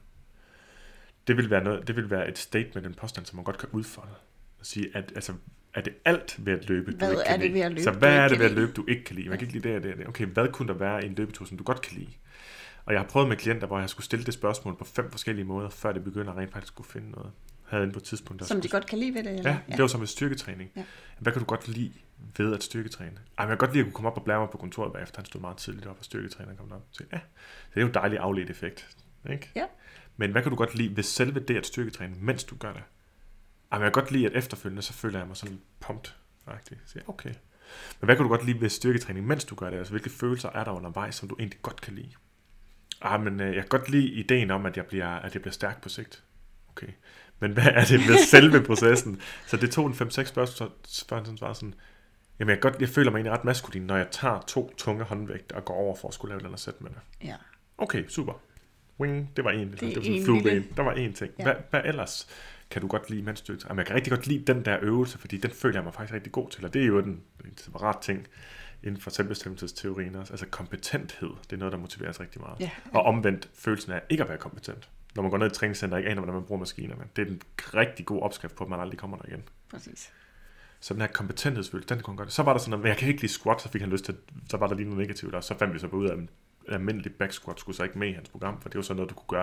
Det vil være et statement, en påstand, som man godt kan udfolde. Og sige, at altså, er det alt ved at løbe, du ikke kan lide? Så hvad er det ved at løbe, du ikke kan lide? Man kan ikke lide det. Okay, hvad kunne der være i en løbetur, som du godt kan lide? Og jeg har prøvet med klienter, hvor jeg skulle stille det spørgsmål på 5 forskellige måder, før det begynder rent faktisk skulle finde noget. Havde inde på et tidspunkt, som de godt kan lide ved det? Eller? Ja, det var som en styrketræning. Ja. Hvad kan du godt lide ved at styrketræne? Jeg kan godt lide at kunne komme op og blære mig på kontoret bagefter. Han stod meget tidligt op, og styrketræneren kom op. Så ja, det er jo en dejlig afledt effekt. Ikke? Ja. Men hvad kan du godt lide ved selve det at styrketræne, mens du gør det? Jeg kan godt lide, at efterfølgende, så føler jeg mig sådan pumped-agtig. Så ja, okay. Men hvad kan du godt lide ved styrketræning, mens du gør det? Altså, hvilke følelser er der undervejs, som du egentlig godt kan lide? Men jeg kan godt lide ideen om, at jeg bliver stærk på sigt. Okay. Men hvad er det ved selve processen? Så det tog en 5-6 spørgsmål, var sådan, jamen jeg føler mig egentlig ret maskulin, når jeg tager 2 tunge håndvægte og går over for at skulle lave den og sætte med det. Ja. Okay, super. Wing, det var en. Det var sådan flueben. Der var en ting. Ja. Hvad ellers kan du godt lide mandsstyrke? Jeg kan rigtig godt lide den der øvelse, fordi den føler jeg mig faktisk rigtig god til, og det er jo en separat ting inden for selvbestemmelsesteorien også. Altså kompetenthed, det er noget, der motiveres rigtig meget. Ja. Og omvendt følelsen af ikke at være kompetent. Når man går ned i et træningscenter og ikke aner, hvordan man bruger maskinerne. Det er en rigtig god opskrift på, at man aldrig kommer der igen. Præcis. Så den her kompetenthedsfølelse, den kunne godt. Så var der sådan noget, men jeg kan ikke lide squat, så fik han lyst til, så var der lige noget negativt, og så fandt vi så ud af, at almindelig back squat skulle så ikke med i hans program, for det var sådan noget, du kunne gøre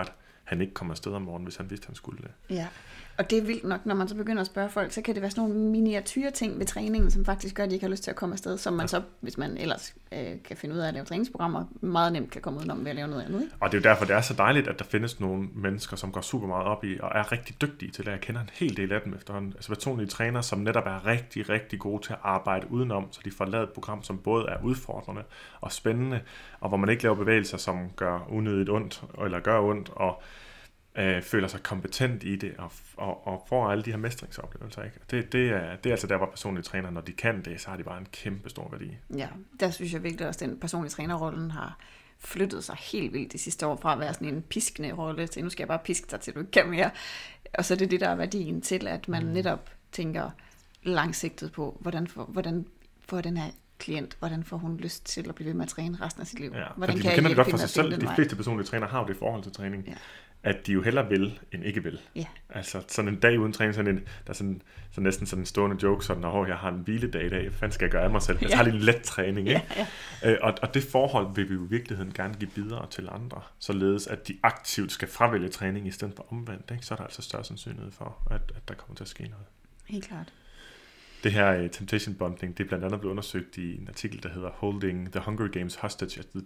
han ikke kom afsted om morgenen, hvis han vidste, han skulle det. Ja, og det er vildt nok, når man så begynder at spørge folk, så kan det være sådan nogle miniatyre ting ved træningen, som faktisk gør, at de ikke har lyst til at komme afsted, som man så, hvis man ellers kan finde ud af at lave træningsprogrammer, meget nemt kan komme udenom ved at lave noget andet. Ikke? Og det er jo derfor, det er så dejligt, at der findes nogle mennesker, som går super meget op i, og er rigtig dygtige til det. Jeg kender en hel del af dem efterhånden. Altså personlige trænere, som netop er rigtig, rigtig gode til at arbejde udenom, så de får lavet et program, som både er udfordrende og spændende, og hvor man ikke laver bevægelser, som gør unødigt ondt, eller gør ondt, og føler sig kompetent i det, og får alle de her mestringsoplevelser. Ikke? Det er altså der, hvor personlige træner, når de kan det, så har de bare en kæmpe stor værdi. Ja, der synes jeg virkelig også, at den personlige trænerrollen har flyttet sig helt vildt de sidste år, fra at være sådan en piskende rolle til, nu skal jeg bare piske dig, til du ikke kan mere. Og så er det det, der er værdien til, at man netop tænker langsigtet på, hvordan får den her klient, hvordan får hun lyst til at blive ved med at træne resten af sit liv? Ja, hvordan kan jeg kender det godt for hende sig selv. finde De den fleste personlige træner har jo det i forhold til træning. Ja. At de jo hellere vil, end ikke vil. Ja. Altså sådan en dag uden træning, der er sådan næsten sådan en stående joke, sådan, jeg har en hviledag i dag, hvad fanden skal jeg gøre af mig selv? Jeg tager lige en let træning, ikke? Ja. Og det forhold vil vi jo i virkeligheden gerne give videre til andre, således at de aktivt skal fravælge træning i stedet for omvendt, ikke? Så er der altså større sandsynlighed for, at der kommer til at ske noget. Helt klart. Det her temptation bonding, det er blandt andet blevet undersøgt i en artikel, der hedder Holding the Hunger Games Hostage at the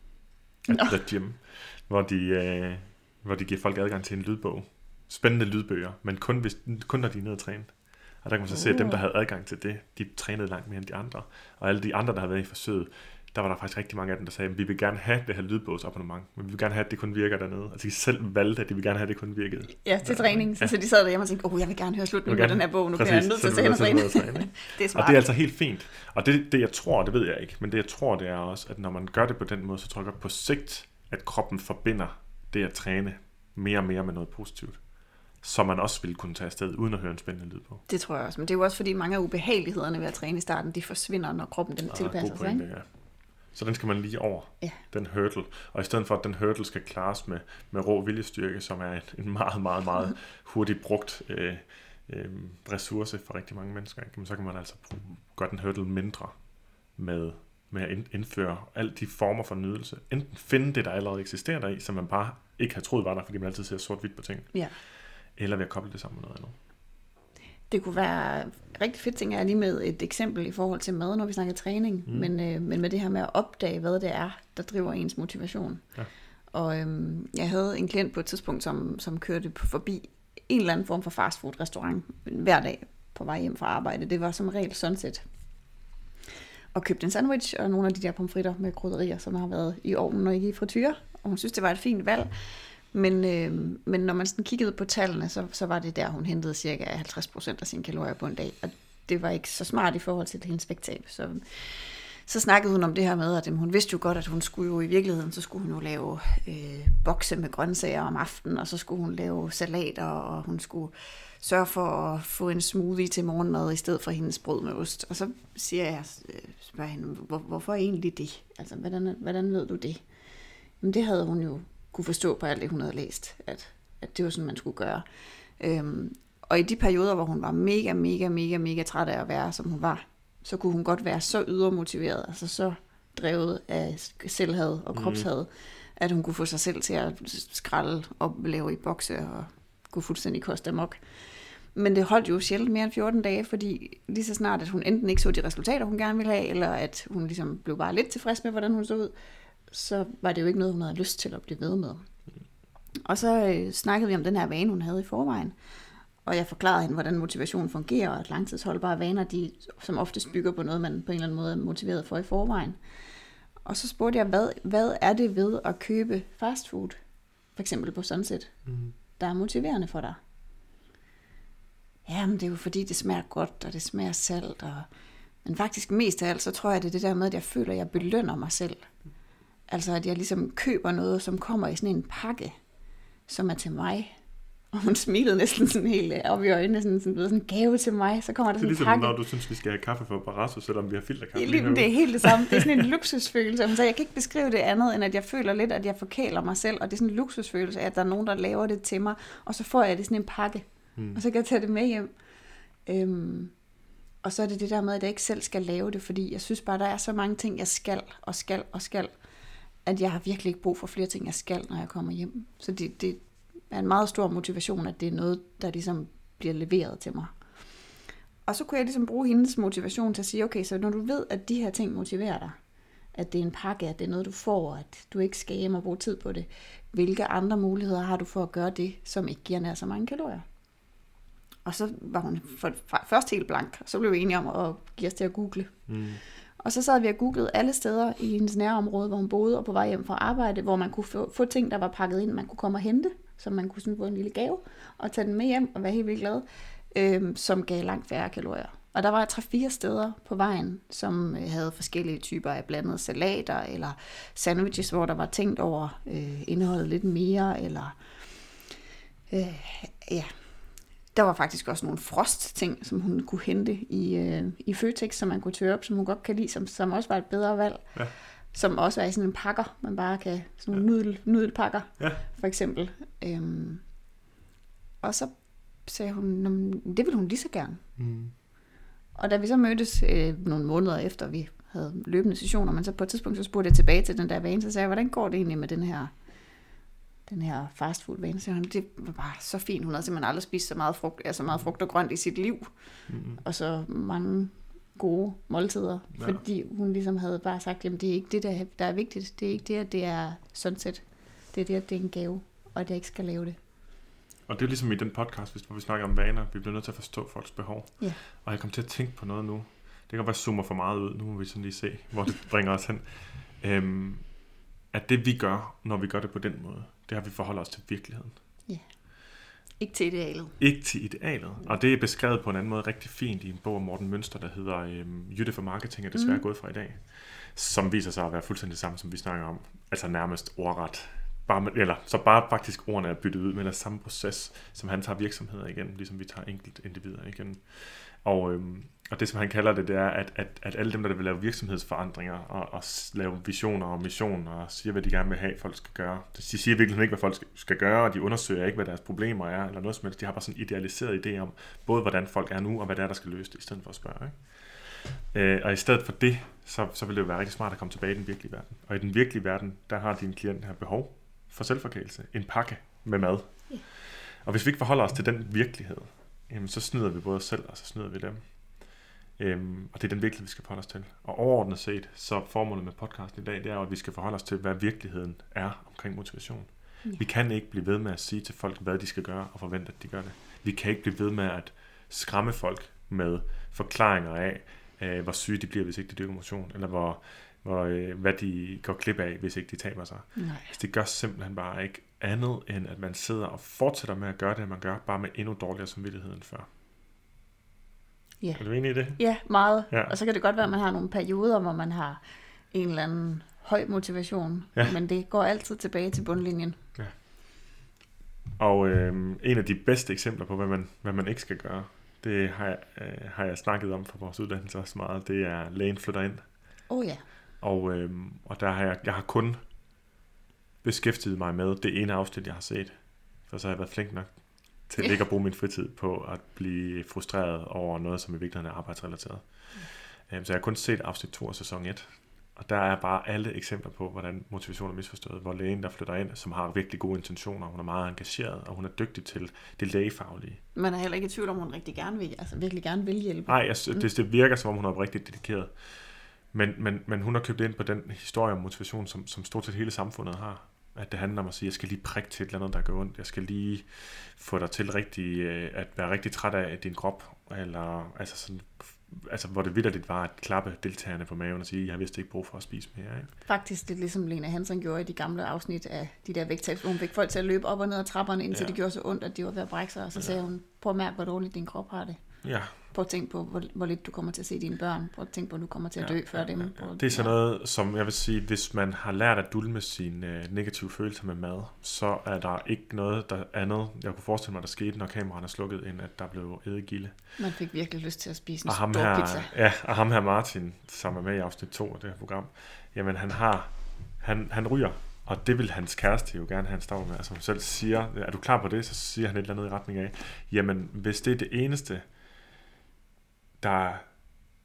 Gym, hvor de giver folk adgang til en lydbog. Spændende lydbøger, men kun når de er nede at træne. Og der kan man så se, at dem, der havde adgang til det, de trænede langt mere end de andre. Og alle de andre, der havde været i forsøget, der var der faktisk rigtig mange af dem, der sagde, at vi vil gerne have det her lydbogsabonnement, men vi vil gerne have, at det kun virker dernede. Altså de selv valgte, at de vil gerne have, at det kun virkede. Ja, til træning. Så de sad derhjemme og tænkte, jeg vil gerne høre slutningen på den her bog, nu kan jeg nødt til at se hende træne. Det er smart. Og det er altså helt fint. Og det jeg tror, det ved jeg ikke, men det jeg tror, det er også, at når man gør det på den måde, så tror jeg på sigt, at kroppen forbinder det at træne mere og mere med noget positivt, så man også ville kunne tage afsted, uden at høre en spændende lyd på. Det tror jeg også, men det er jo også fordi mange af ubehagelighederne ved at træne i starten, de forsvinder, når kroppen den tilpasser sig. Ikke? Ja. Så den skal man lige over, den hurdle. Og i stedet for, at den hurdle skal klares med rå viljestyrke, som er en meget, meget, meget hurtigt brugt ressource for rigtig mange mennesker, ikke? Så kan man altså gøre den hurdle mindre med at indføre alle de former for nydelse. Enten finde det, der allerede eksisterer der i, som man bare ikke har troet var der, fordi man altid ser sort-hvidt på ting. Ja. Eller ved at koble det sammen med noget andet. Det kunne være rigtig fedt, tænker jeg lige med et eksempel i forhold til mad, når vi snakker træning, men med det her med at opdage, hvad det er, der driver ens motivation. Ja. Og jeg havde en klient på et tidspunkt, som kørte forbi en eller anden form for fastfood-restaurant hver dag på vej hjem fra arbejde. Det var som regel Sunset. Og købte en sandwich og nogle af de der pomfritter med krydderier, som har været i ovnen og ikke i frityre. Og hun synes, det var et fint valg. Men når man sådan kiggede på tallene, så var det der, hun hentede cirka 50% af sine kalorier på en dag. Og det var ikke så smart i forhold til hendes vægttab. Så snakkede hun om det her med, at hun vidste jo godt, at hun skulle jo i virkeligheden, så skulle hun jo lave bokse med grøntsager om aftenen, og så skulle hun lave salater, og hun skulle sørge for at få en smoothie til morgenmad i stedet for hendes brød med ost. Og så spørger hende, hvorfor egentlig det? Altså, hvordan ved du det? Men det havde hun jo kunne forstå på alt det, hun havde læst, at det var sådan, man skulle gøre. Og i de perioder, hvor hun var mega, mega, mega, mega træt af at være, som hun var, så kunne hun godt være så ydermotiveret, altså så drevet af selvhad og kropshad, at hun kunne få sig selv til at skralde og lave i bokse og gå fuldstændig koste amok. Men det holdt jo sjældent mere end 14 dage, fordi lige så snart, at hun enten ikke så de resultater, hun gerne ville have, eller at hun ligesom blev bare lidt tilfreds med, hvordan hun så ud, så var det jo ikke noget, hun havde lyst til at blive ved med. Og så snakkede vi om den her vane, hun havde i forvejen. Og jeg forklarede hende, hvordan motivation fungerer, og at langtidsholdbare vaner, de som oftest bygger på noget, man på en eller anden måde er motiveret for i forvejen. Og så spurgte jeg, hvad er det ved at købe fastfood, for eksempel på Sunset, der er motiverende for dig? Jamen, det er jo fordi, det smager godt, og det smager salt. Men faktisk mest af alt, så tror jeg, det er det der med, at jeg føler, at jeg belønner mig selv. Altså, at jeg ligesom køber noget, som kommer i sådan en pakke, som er til mig. Og hun smilede næsten sådan helt op i øjnene, sådan en gave til mig. Så kommer der sådan en pakke. Det er ligesom, når du synes, vi skal have kaffe for Barrasso, selvom vi har filterkaffe. Det er helt det samme. Det er sådan en luksusfølelse. Så jeg kan ikke beskrive det andet, end at jeg føler lidt, at jeg forkæler mig selv. Og det er sådan en luksusfølelse af, at der er nogen, der laver det til mig. Og så får jeg det sådan en pakke. Og så kan jeg tage det med hjem. Og så er det der med, at jeg ikke selv skal lave det, fordi jeg synes bare, der er så mange ting, jeg skal, at jeg har virkelig ikke brug for flere ting, jeg skal, når jeg kommer hjem. Så er en meget stor motivation, at det er noget, der ligesom bliver leveret til mig. Og så kunne jeg ligesom bruge hendes motivation til at sige, okay, så når du ved, at de her ting motiverer dig, at det er en pakke, at det er noget, du får, at du ikke skal hjem og bruge tid på det, hvilke andre muligheder har du for at gøre det, som ikke giver nær så mange kalorier? Og så var hun først helt blank, og så blev vi enige om at give os til at google. Og så sad vi og googlede alle steder i hendes nærområde, hvor hun boede, og på vej hjem fra arbejde, hvor man kunne få ting, der var pakket ind, man kunne komme og hente, så man kunne sådan få en lille gave, og tage den med hjem og være helt vildt glad, som gav langt færre kalorier. Og der var 3-4 steder på vejen, som havde forskellige typer af blandede salater, eller sandwiches, hvor der var tænkt over indholdet lidt mere, eller der var faktisk også nogle frost-ting, som hun kunne hente i Føtex, som man kunne tørre op, som hun godt kan lide, som også var et bedre valg. Ja. Som også er i sådan en pakker, man bare kan, sådan nogle nudelpakker, for eksempel. Og så sagde hun, det ville hun lige så gerne. Og da vi så mødtes nogle måneder efter, vi havde løbende sessioner, men så på et tidspunkt så spurgte jeg tilbage til den der vane, så sagde jeg, hvordan går det egentlig med den her fastfood-vane? Så hun, det var bare så fint. Hun havde simpelthen aldrig spist så meget frugt og grønt i sit liv. Og så mange gode måltider. Ja. Fordi hun ligesom havde bare sagt, jamen det er ikke det, der er vigtigt. Det er ikke det, at det er sunset. Det er det, at det er en gave, og at jeg ikke skal lave det. Og det er ligesom i den podcast, hvor vi snakker om vaner. Vi bliver nødt til at forstå folks behov. Ja. Og jeg kom til at tænke på noget nu. Det kan godt være, zoomer for meget ud. Nu må vi sådan lige se, hvor det bringer os hen. At det vi gør, når vi gør det på den måde, det har vi forholder os til virkeligheden. Ja. Ikke til idealet. Ikke til idealet. Og det er beskrevet på en anden måde rigtig fint i en bog af Morten Mønster, der hedder Jytte for Marketing er desværre gået fra i dag. Som viser sig at være fuldstændig det samme, som vi snakker om. Altså nærmest ordret. Bare faktisk ordene er byttet ud med den samme proces, som han tager virksomheder igen, ligesom vi tager enkelt individer igen. Og det, som han kalder det, det er, at alle dem, der vil lave virksomhedsforandringer og lave visioner og missioner og siger, hvad de gerne vil have, folk skal gøre. De siger virkelig ikke, hvad folk skal gøre, og de undersøger ikke, hvad deres problemer er, eller noget som helst. De har bare sådan en idealiseret idé om, både hvordan folk er nu, og hvad det er, der skal løse det, i stedet for at spørge. Ikke? Og i stedet for det, så vil det jo være rigtig smart at komme tilbage i den virkelige verden. Og i den virkelige verden, der har din klient her behov for selvforkælelse. En pakke med mad. Yeah. Og hvis vi ikke forholder os til den virkelighed, jamen, så snyder vi både os selv, og så snyder vi dem. Og det er den virkelighed, vi skal forholde os til. Og overordnet set, så formålet med podcasten i dag, det er jo, at vi skal forholde os til, hvad virkeligheden er omkring motivation. Yeah. Vi kan ikke blive ved med at sige til folk, hvad de skal gøre, og forvente, at de gør det. Vi kan ikke blive ved med at skræmme folk med forklaringer af, hvor syge de bliver, hvis ikke de dyrker motion, eller hvad de går glip af, hvis ikke de taber sig. Altså, det gør simpelthen bare ikke andet, end at man sidder og fortsætter med at gøre det, man gør, bare med endnu dårligere samvittighed end før. Ja. Er du enig i det? Ja, meget. Ja. Og så kan det godt være, at man har nogle perioder, hvor man har en eller anden høj motivation, men det går altid tilbage til bundlinjen. Ja. Og en af de bedste eksempler på, hvad man ikke skal gøre, det har jeg snakket om for vores uddannelse også meget, det er lægen flytter ind. Ja. Og der har jeg har kun beskæftiget mig med det ene afsnit, jeg har set. For så har jeg været flink nok til ikke at bruge min fritid på at blive frustreret over noget, som i virkeligheden er arbejdsrelateret. Så jeg har kun set afsnit 2 af sæson 1. Og der er bare alle eksempler på, hvordan motivation er misforstået. Hvor lægen, der flytter ind, som har virkelig gode intentioner, hun er meget engageret, og hun er dygtig til det lægefaglige. Man er heller ikke i tvivl om, hun virkelig gerne vil hjælpe. Nej, det virker som om, hun er rigtig dedikeret. Men hun har købt ind på den historie om motivation, som stort set hele samfundet har. At det handler om at sige, jeg skal lige prikke til et eller andet, der gør ondt. Jeg skal lige få dig til at være rigtig træt af din krop. Eller altså hvor det vitterligt var at klappe deltagerne på maven og sige, jeg har vist ikke brug for at spise mere. Ikke? Faktisk lidt ligesom Lena Hansen gjorde i de gamle afsnit af de der vægttabs, hvor hun fik folk til at løbe op og ned ad trapperne, indtil det gjorde så ondt, at de var ved at brække sig. Og så sagde hun, prøv at mærke, hvor dårligt din krop har det. Ja. Prøv at tænke på, hvor lidt du kommer til at se dine børn. Prøv at tænke på, at du kommer til at dø før dem. Det er sådan noget, som jeg vil sige, hvis man har lært at dulme sine negative følelser med mad, så er der ikke noget der andet, jeg kunne forestille mig, der skete, når kameraerne er slukket, end at der blev ædegilde. Man fik virkelig lyst til at spise en stor pizza. Ja, og ham her Martin, som er med i afsnit 2 af det her program, jamen han ryger. Og det vil hans kæreste jo gerne have, han står med. Altså hun selv siger, er du klar på det? Så siger han et eller andet i retning af, jamen hvis det er det eneste, der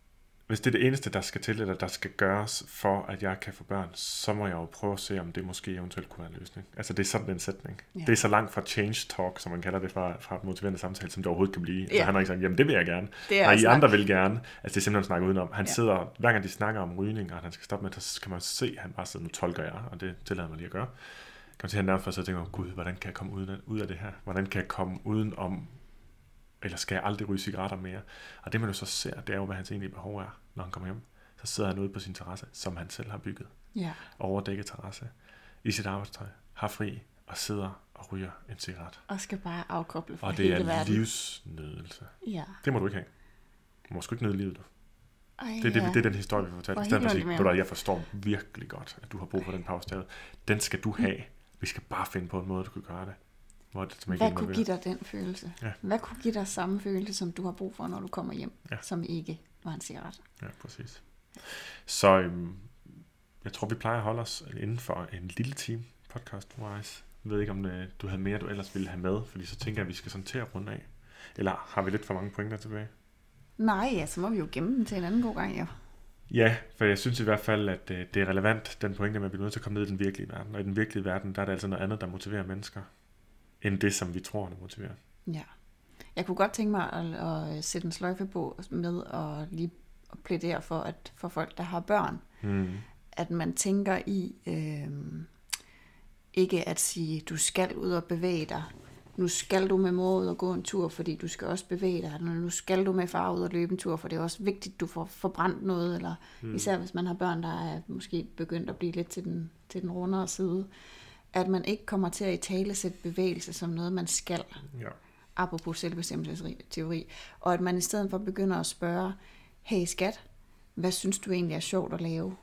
hvis det er det eneste, der skal til, eller der skal gøres for, at jeg kan få børn, så må jeg jo prøve at se, om det måske eventuelt kunne være en løsning. Altså det er sådan en sætning. Ja. Det er så langt fra change talk, som man kalder det, fra et motiverende samtale, som det overhovedet kan blive. Altså han har ikke sagt, jamen det vil jeg gerne. Nej, I andre vil gerne. Altså det er simpelthen snakke udenom. Han sidder, hver gang de snakker om rygning, og at han skal stoppe med, så kan man se, at han bare sidder, nu tolker jeg, og det tillader mig lige at gøre. Kan man se, at han nærmest først og tænker, gud, hvordan kan jeg komme ud af det her? Hvordan kan jeg komme udenom, eller skal jeg aldrig ryge cigaretter mere? Og det man jo så ser, det er jo, hvad hans egentlige behov er, når han kommer hjem. Så sidder han ude på sin terrasse, som han selv har bygget. Ja. Overdækket terrasse, i sit arbejdstøj, har fri, og sidder og ryger en cigaret. Og skal bare afkoble fra hele verden. Og det er livsnydelse. Ja. Det må du ikke have. Du må sgu ikke nyde livet, du. Det er den historie, vi får fortalt. I stedet for at sige, jeg forstår virkelig godt, at du har brug for den pause derude. Den skal du have. Vi skal bare finde på en måde, du kan gøre det. Hvad kunne give dig den følelse? Ja. Hvad kunne give dig samme følelse, som du har brug for, når du kommer hjem, som ikke var en cigaret? Ja, præcis. Så jeg tror, vi plejer at holde os inden for en lille time podcast-wise. Jeg ved ikke, om du havde mere, du ellers ville have med, fordi så tænker jeg, at vi skal sådan til at runde af. Eller har vi lidt for mange pointer tilbage? Nej, ja, så må vi jo gemme den til en anden god gang, ja. Ja, for jeg synes i hvert fald, at det er relevant, den pointe med, at vi er nødt til at komme ned i den virkelige verden. Og i den virkelige verden, der er det altså noget andet, der motiverer mennesker, end det, som vi tror, der motiverer. Ja. Jeg kunne godt tænke mig at sætte en sløjfe på med og lige plædere for folk, der har børn. At man tænker i ikke at sige, du skal ud og bevæge dig. Nu skal du med mor ud og gå en tur, fordi du skal også bevæge dig. Nu skal du med far ud og løbe en tur, for det er også vigtigt, du får forbrændt noget. Eller især hvis man har børn, der er måske begyndt at blive lidt til den rundere side. At man ikke kommer til at italesætte bevægelse som noget, man skal. Ja. Apropos selvbestemmelsesteori. Og at man i stedet for begynder at spørge, hey skat, hvad synes du egentlig er sjovt at lave?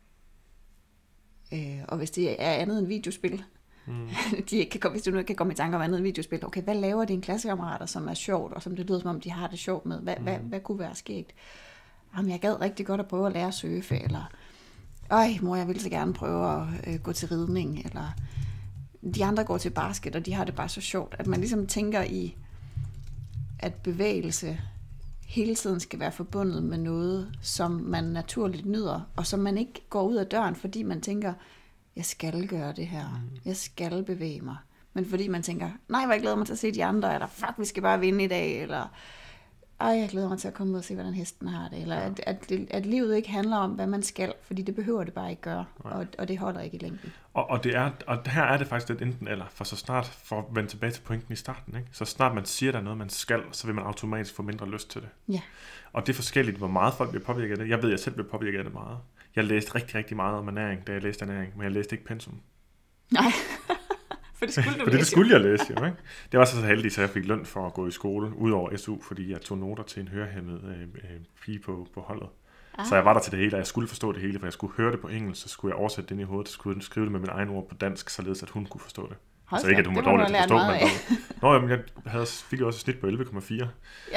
Og hvis det er andet end videospil, hvis du nu ikke kan komme i tanke om andet end videospil, okay, hvad laver dine klassekammerater, som er sjovt, og som det lyder som om, de har det sjovt med? Hvad kunne være skægt? Jamen, jeg gad rigtig godt at prøve at lære at surfe, eller mor, jeg ville så gerne prøve at gå til ridning, eller de andre går til basket, og de har det bare så sjovt, at man ligesom tænker i, at bevægelse hele tiden skal være forbundet med noget, som man naturligt nyder, og som man ikke går ud af døren, fordi man tænker, jeg skal gøre det her, jeg skal bevæge mig, men fordi man tænker, nej, hvor jeg glæder mig til at se de andre, eller fuck, vi skal bare vinde i dag, eller jeg glæder mig til at komme ud og se, hvordan hesten har det, eller at livet ikke handler om, hvad man skal, fordi det behøver det bare ikke gøre, og det holder ikke i længden. Og her er det faktisk et enten eller, for så snart, for at vende tilbage til pointen i starten, ikke? Så snart man siger, der er noget, man skal, så vil man automatisk få mindre lyst til det. Ja. Og det er forskelligt, hvor meget folk bliver påvirket af det. Jeg ved, at jeg selv bliver påvirket af det meget. Jeg læste rigtig, rigtig meget om ernæring, da jeg læste ernæring, men jeg læste ikke pensum. Nej. For det skulle du læse. Det skulle jeg læse, jo, ikke? Det var så heldigt, at jeg fik løn for at gå i skole, udover SU, fordi jeg tog noter til en hørehæmmet pige på holdet. Så jeg var der til det hele, og jeg skulle forstå det hele, for jeg skulle høre det på engelsk, så skulle jeg oversætte det ind i hovedet, så skulle jeg skrive det med mine egne ord på dansk, således at hun kunne forstå det. Så ikke, at hun var dårlig til at forstå, men jeg fik jo også et snit på 11,4. Ja.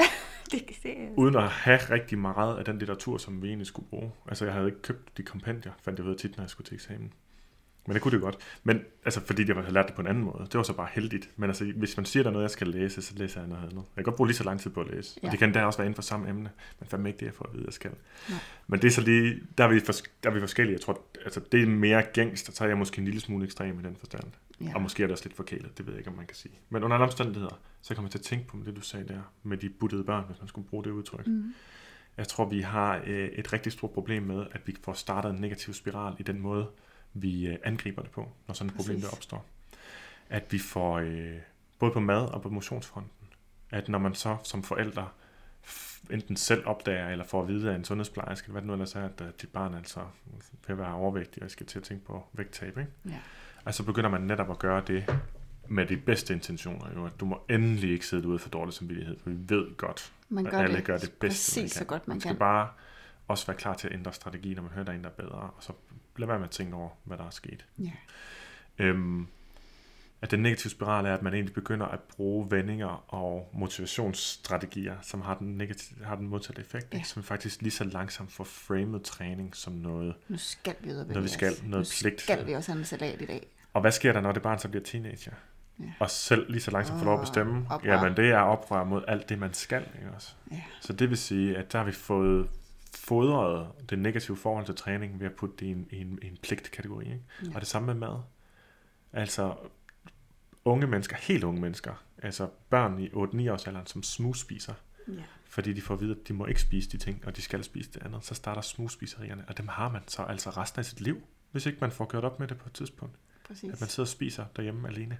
Uden at have rigtig meget af den litteratur, som vi egentlig skulle bruge. Altså, jeg havde ikke købt de kompendier, fandt jeg ved tit, når jeg skulle til eksamen. Men det kunne det godt. Men altså, fordi jeg havde lært det på en anden måde. Det var så bare heldigt. Men altså, hvis man siger, der er noget, jeg skal læse, så læser jeg noget andet. Jeg kan godt bruge lige så lang tid på at læse. Ja. Og det kan da også være inden for samme emne. Men fandme ikke det, jeg får at vide, jeg skal. Ja. Men det er så lige, der er vi forskellige. Jeg tror, altså, det er mere gængst, og så er jeg måske en lille smule ekstrem i den forstand. Ja. Og måske er det også lidt forkælet, det ved jeg ikke, om man kan sige. Men under alle omstændigheder, så kommer jeg til at tænke på det, du sagde der, med de buttede børn, hvis man skulle bruge det udtryk. Jeg tror, vi har et rigtig stort problem med, at vi får startet en negativ spiral i den måde, vi angriber det på, når sådan et problem der opstår. At vi får, både på mad og på motionsfronten, at når man så som forældre enten selv opdager, eller får at vide af en sundhedsplejerske, eller hvad det nu ellers er, at dit barn altså vil være overvægtig, og skal til at tænke på vægttab, ikke? Ja. Altså begynder man netop at gøre det med de bedste intentioner, jo, at du må endelig ikke sidde ude for dårlig samvittighed, for vi ved godt, at alle gør det bedste, man kan. Så godt man skal bare også være klar til at ændre strategi, når man hører, der er en, der er bedre, og så lad være med at tænke over, hvad der er sket. Yeah. At den negative spiral er, at man egentlig begynder at bruge vendinger og motivationsstrategier, som har den modsatte effekt, yeah. Som faktisk lige så langsomt får framed træning som noget. Nu skal vi ud og noget pligt. Nu skal vi også have en salat i dag. Og hvad sker der, når det barn så bliver teenager? Yeah. Og selv lige så langsomt får lov at bestemme, jamen det er oprør mod alt det, man skal. Ikke også? Yeah. Så det vil sige, at der har vi fået fodret det negative forhold til træning ved at putte det i en pligtkategori. Ikke? Ja. Og det samme med mad. Altså unge mennesker, helt unge mennesker, altså børn i 8-9 års alderen, som smugspiser, fordi de får at vide, at de må ikke spise de ting, og de skal spise det andet, så starter smugspiserierne, og dem har man så altså resten af sit liv, hvis ikke man får gjort op med det på et tidspunkt. Præcis. At man sidder og spiser derhjemme alene.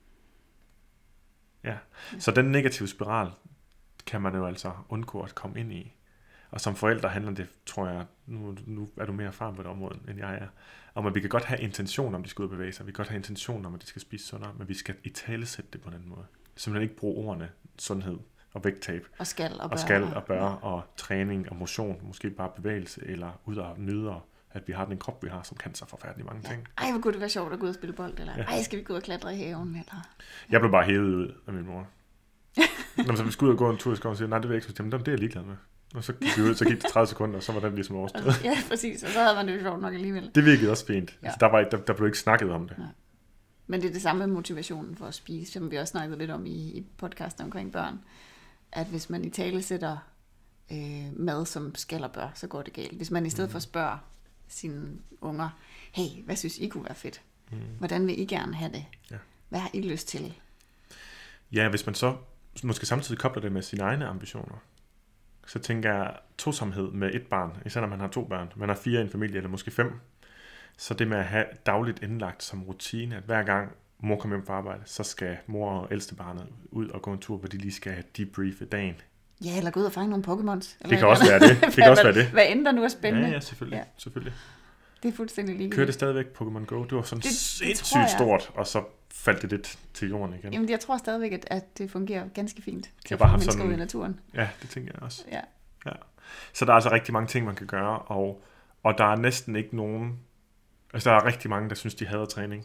Ja. Så den negative spiral kan man jo altså undgå at komme ind i. Og som forældre handler det, tror jeg, nu er du mere erfaren på det område, end jeg er, om at vi kan godt have intention om, de skal ud og bevæge sig. Vi kan godt have intention om, at de skal spise sundere, men vi skal italesætte det på den måde. Simpelthen ikke bruge ordene sundhed og vægttab. Og skal og bør. Og træning og motion, måske bare bevægelse, eller ud og nyde, at vi har den krop, vi har, som kan så forfærdeligt mange ting. Ej, hvor kunne det være sjovt at gå ud og spille bold, eller ej, skal vi gå ud og klatre i haven, eller... Jeg blev bare hævet ud af min mor. Når så vi skulle ud og gå en tur i skoven, og siger, nej, det vil jeg ikke, det er jeg ligeglad med. Og så gik vi ud, så gik det 30 sekunder, og så var den ligesom overstået. Ja, præcis, og så havde man det jo sjovt nok alligevel. Det virkede også fint. Ja. Altså, der blev ikke snakket om det. Nej. Men det er det samme med motivationen for at spise, som vi også snakkede lidt om i podcasten omkring børn. At hvis man i tale sætter mad som skal og bør, så går det galt. Hvis man i stedet for spørger sine unger, hey, hvad synes I kunne være fedt? Hvordan vil I gerne have det? Ja. Hvad har I lyst til? Ja, hvis man så måske samtidig kobler det med sine egne ambitioner, så tænker jeg tosomhed med et barn, især når man har 2 børn, man har 4 i en familie, eller måske 5, så det med at have dagligt indlagt som rutine, at hver gang mor kommer hjem fra arbejde, så skal mor og ældste barnet ud og gå en tur, hvor de lige skal debriefe dagen. Ja, eller gå ud og fange nogle Pokémons. Det kan også være det. Det kan også være det. Hvad end der nu er spændende. Ja, selvfølgelig. Ja. Selvfølgelig. Det er fuldstændig ligegyldigt. Kører det stadigvæk Pokémon Go? Det var sådan sindssygt stort, og så faldt det lidt til jorden igen. Jamen, jeg tror stadigvæk, at det fungerer ganske fint til at få mennesker sådan... ud i naturen. Ja, det tænker jeg også. Ja. Så der er altså rigtig mange ting, man kan gøre, og der er næsten ikke nogen... Altså, der er rigtig mange, der synes, de hader træning.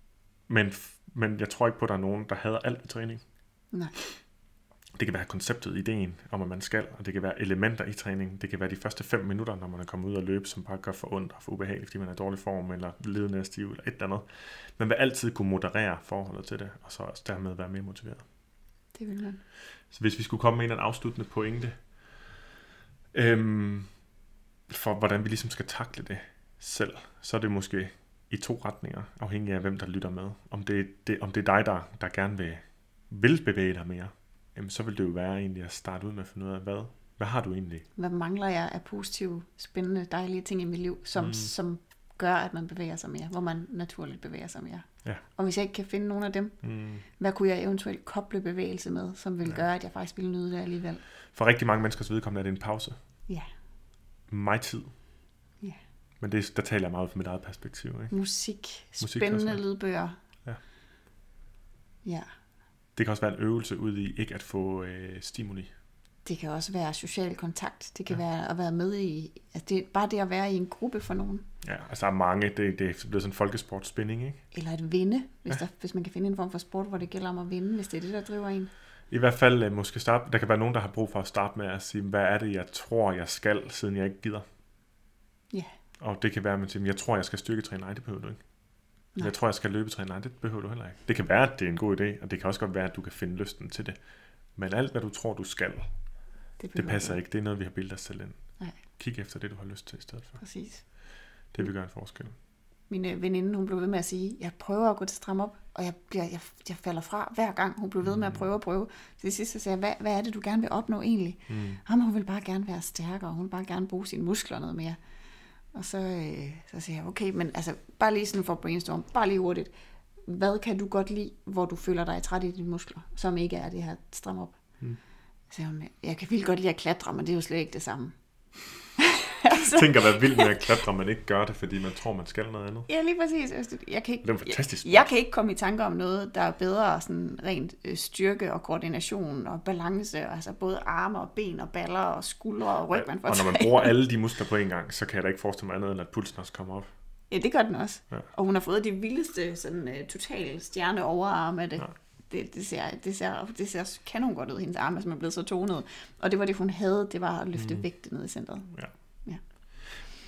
Men jeg tror ikke på, at der er nogen, der hader alt ved træning. Nej. Det kan være konceptet, ideen om, at man skal, og det kan være elementer i træningen. Det kan være de første 5 minutter, når man er kommet ud og løbe, som bare gør for ondt og for ubehageligt, fordi man er i dårlig form, eller ledende er stiv, eller et eller andet. Man vil altid kunne moderere forholdet til det, og så også dermed være mere motiveret. Det vil man. Så hvis vi skulle komme med en afsluttende pointe, for hvordan vi ligesom skal takle det selv, så er det måske i 2 retninger, afhængig af hvem der lytter med. Om det er dig, der gerne vil bevæge dig mere, så vil det jo være egentlig at starte ud med at finde ud af, hvad har du egentlig? Hvad mangler jeg af positive, spændende, dejlige ting i mit liv, som gør, at man bevæger sig mere, hvor man naturligt bevæger sig mere. Ja. Og hvis jeg ikke kan finde nogen af dem, hvad kunne jeg eventuelt koble bevægelse med, som vil gøre, at jeg faktisk ville nyde det alligevel? For rigtig mange menneskers vedkommende er det en pause. Ja. Mig tid. Ja. Men der taler jeg meget fra mit eget perspektiv. Ikke? Musik, spændende lydbøger. Ja. Ja. Det kan også være en øvelse ud i ikke at få stimuli. Det kan også være social kontakt. Det kan være at være med i... Altså det er bare det at være i en gruppe for nogen. Ja, altså der er mange. Det er blevet sådan en folkesportspænding, ikke? Eller at vinde, hvis man kan finde en form for sport, hvor det gælder om at vinde, hvis det er det, der driver en. I hvert fald måske starte... Der kan være nogen, der har brug for at starte med at sige, hvad er det, jeg tror, jeg skal, siden jeg ikke gider? Ja. Og det kan være, at man siger, jeg tror, jeg skal styrketræne. Nej, det behøver du ikke. Nej. Jeg tror, jeg skal løbetræne. Nej, det behøver du heller ikke. Det kan være, at det er en god idé, og det kan også godt være, at du kan finde lysten til det. Men alt, hvad du tror, du skal, det passer ikke. Det er noget, vi har bildet os selv ind. Nej. Kig efter det, du har lyst til i stedet for. Præcis. Det vil gøre en forskel. Min veninde, hun blev ved med at sige, jeg prøver at gå til stram op, og jeg falder fra hver gang. Hun blev ved med at prøve. Til sidst så sagde jeg, hvad er det, du gerne vil opnå egentlig? Hun vil bare gerne være stærkere, hun vil bare gerne bruge sine muskler noget mere. Og så siger jeg, okay, men altså, bare lige sådan for brainstorm, bare lige hurtigt. Hvad kan du godt lide, hvor du føler dig træt i dine muskler, som ikke er det her stram op? Så siger hun, jeg kan vildt godt lide at klatre, men det er jo slet ikke det samme. Altså. Tænker, hvad vildt med at klatre, man ikke gør det, fordi man tror, man skal noget andet. Ja, lige præcis. Jeg kan ikke, det er fantastisk. Jeg kan ikke komme i tanker om noget, der er bedre sådan rent styrke og koordination og balance, altså både arme og ben og baller og skuldre og ryg, man får. Og når man bruger alle de muskler på en gang, så kan jeg da ikke forestille mig andet, end at pulsen også kommer op. Ja, det gør den også. Ja. Og hun har fået de vildeste sådan total stjerne overarme af det. Ja. Det ser kanon godt ud, hendes arme, som er blevet så tonet. Og det var det, hun havde, det var at løfte vægte ned i centret. Ja.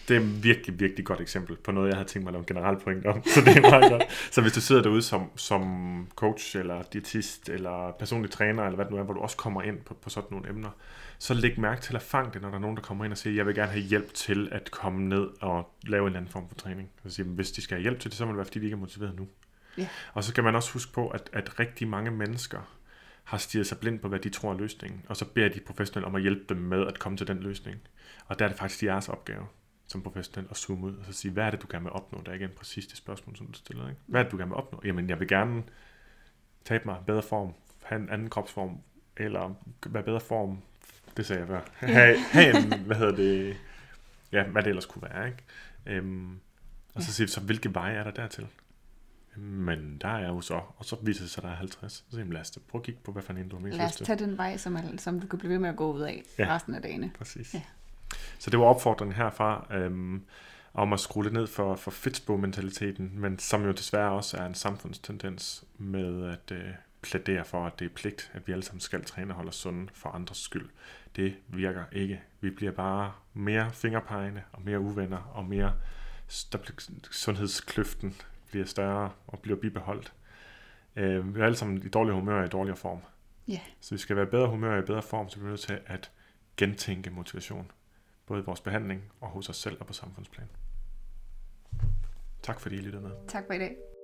det er et virkelig, virkelig godt eksempel på noget, jeg havde tænkt mig at lave en generel point om. Så det er meget godt. Så hvis du sidder derude som coach, eller diætist, eller personlig træner, eller hvad det nu er, hvor du også kommer ind på sådan nogle emner, så læg mærke til at fange det, når der er nogen, der kommer ind og siger, jeg vil gerne have hjælp til at komme ned og lave en eller anden form for træning. Så siger, hvis de skal have hjælp til det, så må det være, fordi de ikke er motiveret nu. Yeah. Og så kan man også huske på, at rigtig mange mennesker har stirret sig blind på, hvad de tror er løsningen, og så beder de professionelle om at hjælpe dem med at komme til den løsning. Og der er det faktisk jeres opgave som professionel at zoome ud og så sige, hvad er det, du gerne vil opnå? Der er igen præcis det spørgsmål, som du stiller. Ikke? Hvad er det, du gerne vil opnå? Jamen, jeg vil gerne tabe mig i bedre form, have en anden kropsform, eller være bedre form, det sagde jeg før. Have en, hvad det ellers kunne være. Ikke? Og så siger vi så, hvilke veje er der dertil? Men der er jo så, og så viser det sig, at der er 50. Så siger vi, lad os prøve at kigge på, hvad for en du har mest lyst til. Lad os tage den vej, som du kan blive ved med at gå ud af resten af dagene. Præcis. Ja. Så det var opfordringen herfra, om at skrue lidt ned for Fitspo-mentaliteten, men som jo desværre også er en samfundstendens med at plædere for, at det er pligt, at vi alle sammen skal træne og holde os sunde for andres skyld. Det virker ikke. Vi bliver bare mere fingerpegende og mere uvenner, og mere sundhedskløften bliver større og bliver bibeholdt. Vi er alle sammen i dårlig humør og i dårligere form. Yeah. Så vi skal være i bedre humør og i bedre form, så vi er nødt til at gentænke motivation. Både i vores behandling og hos os selv og på samfundsplan. Tak fordi I lyttede med. Tak for i dag.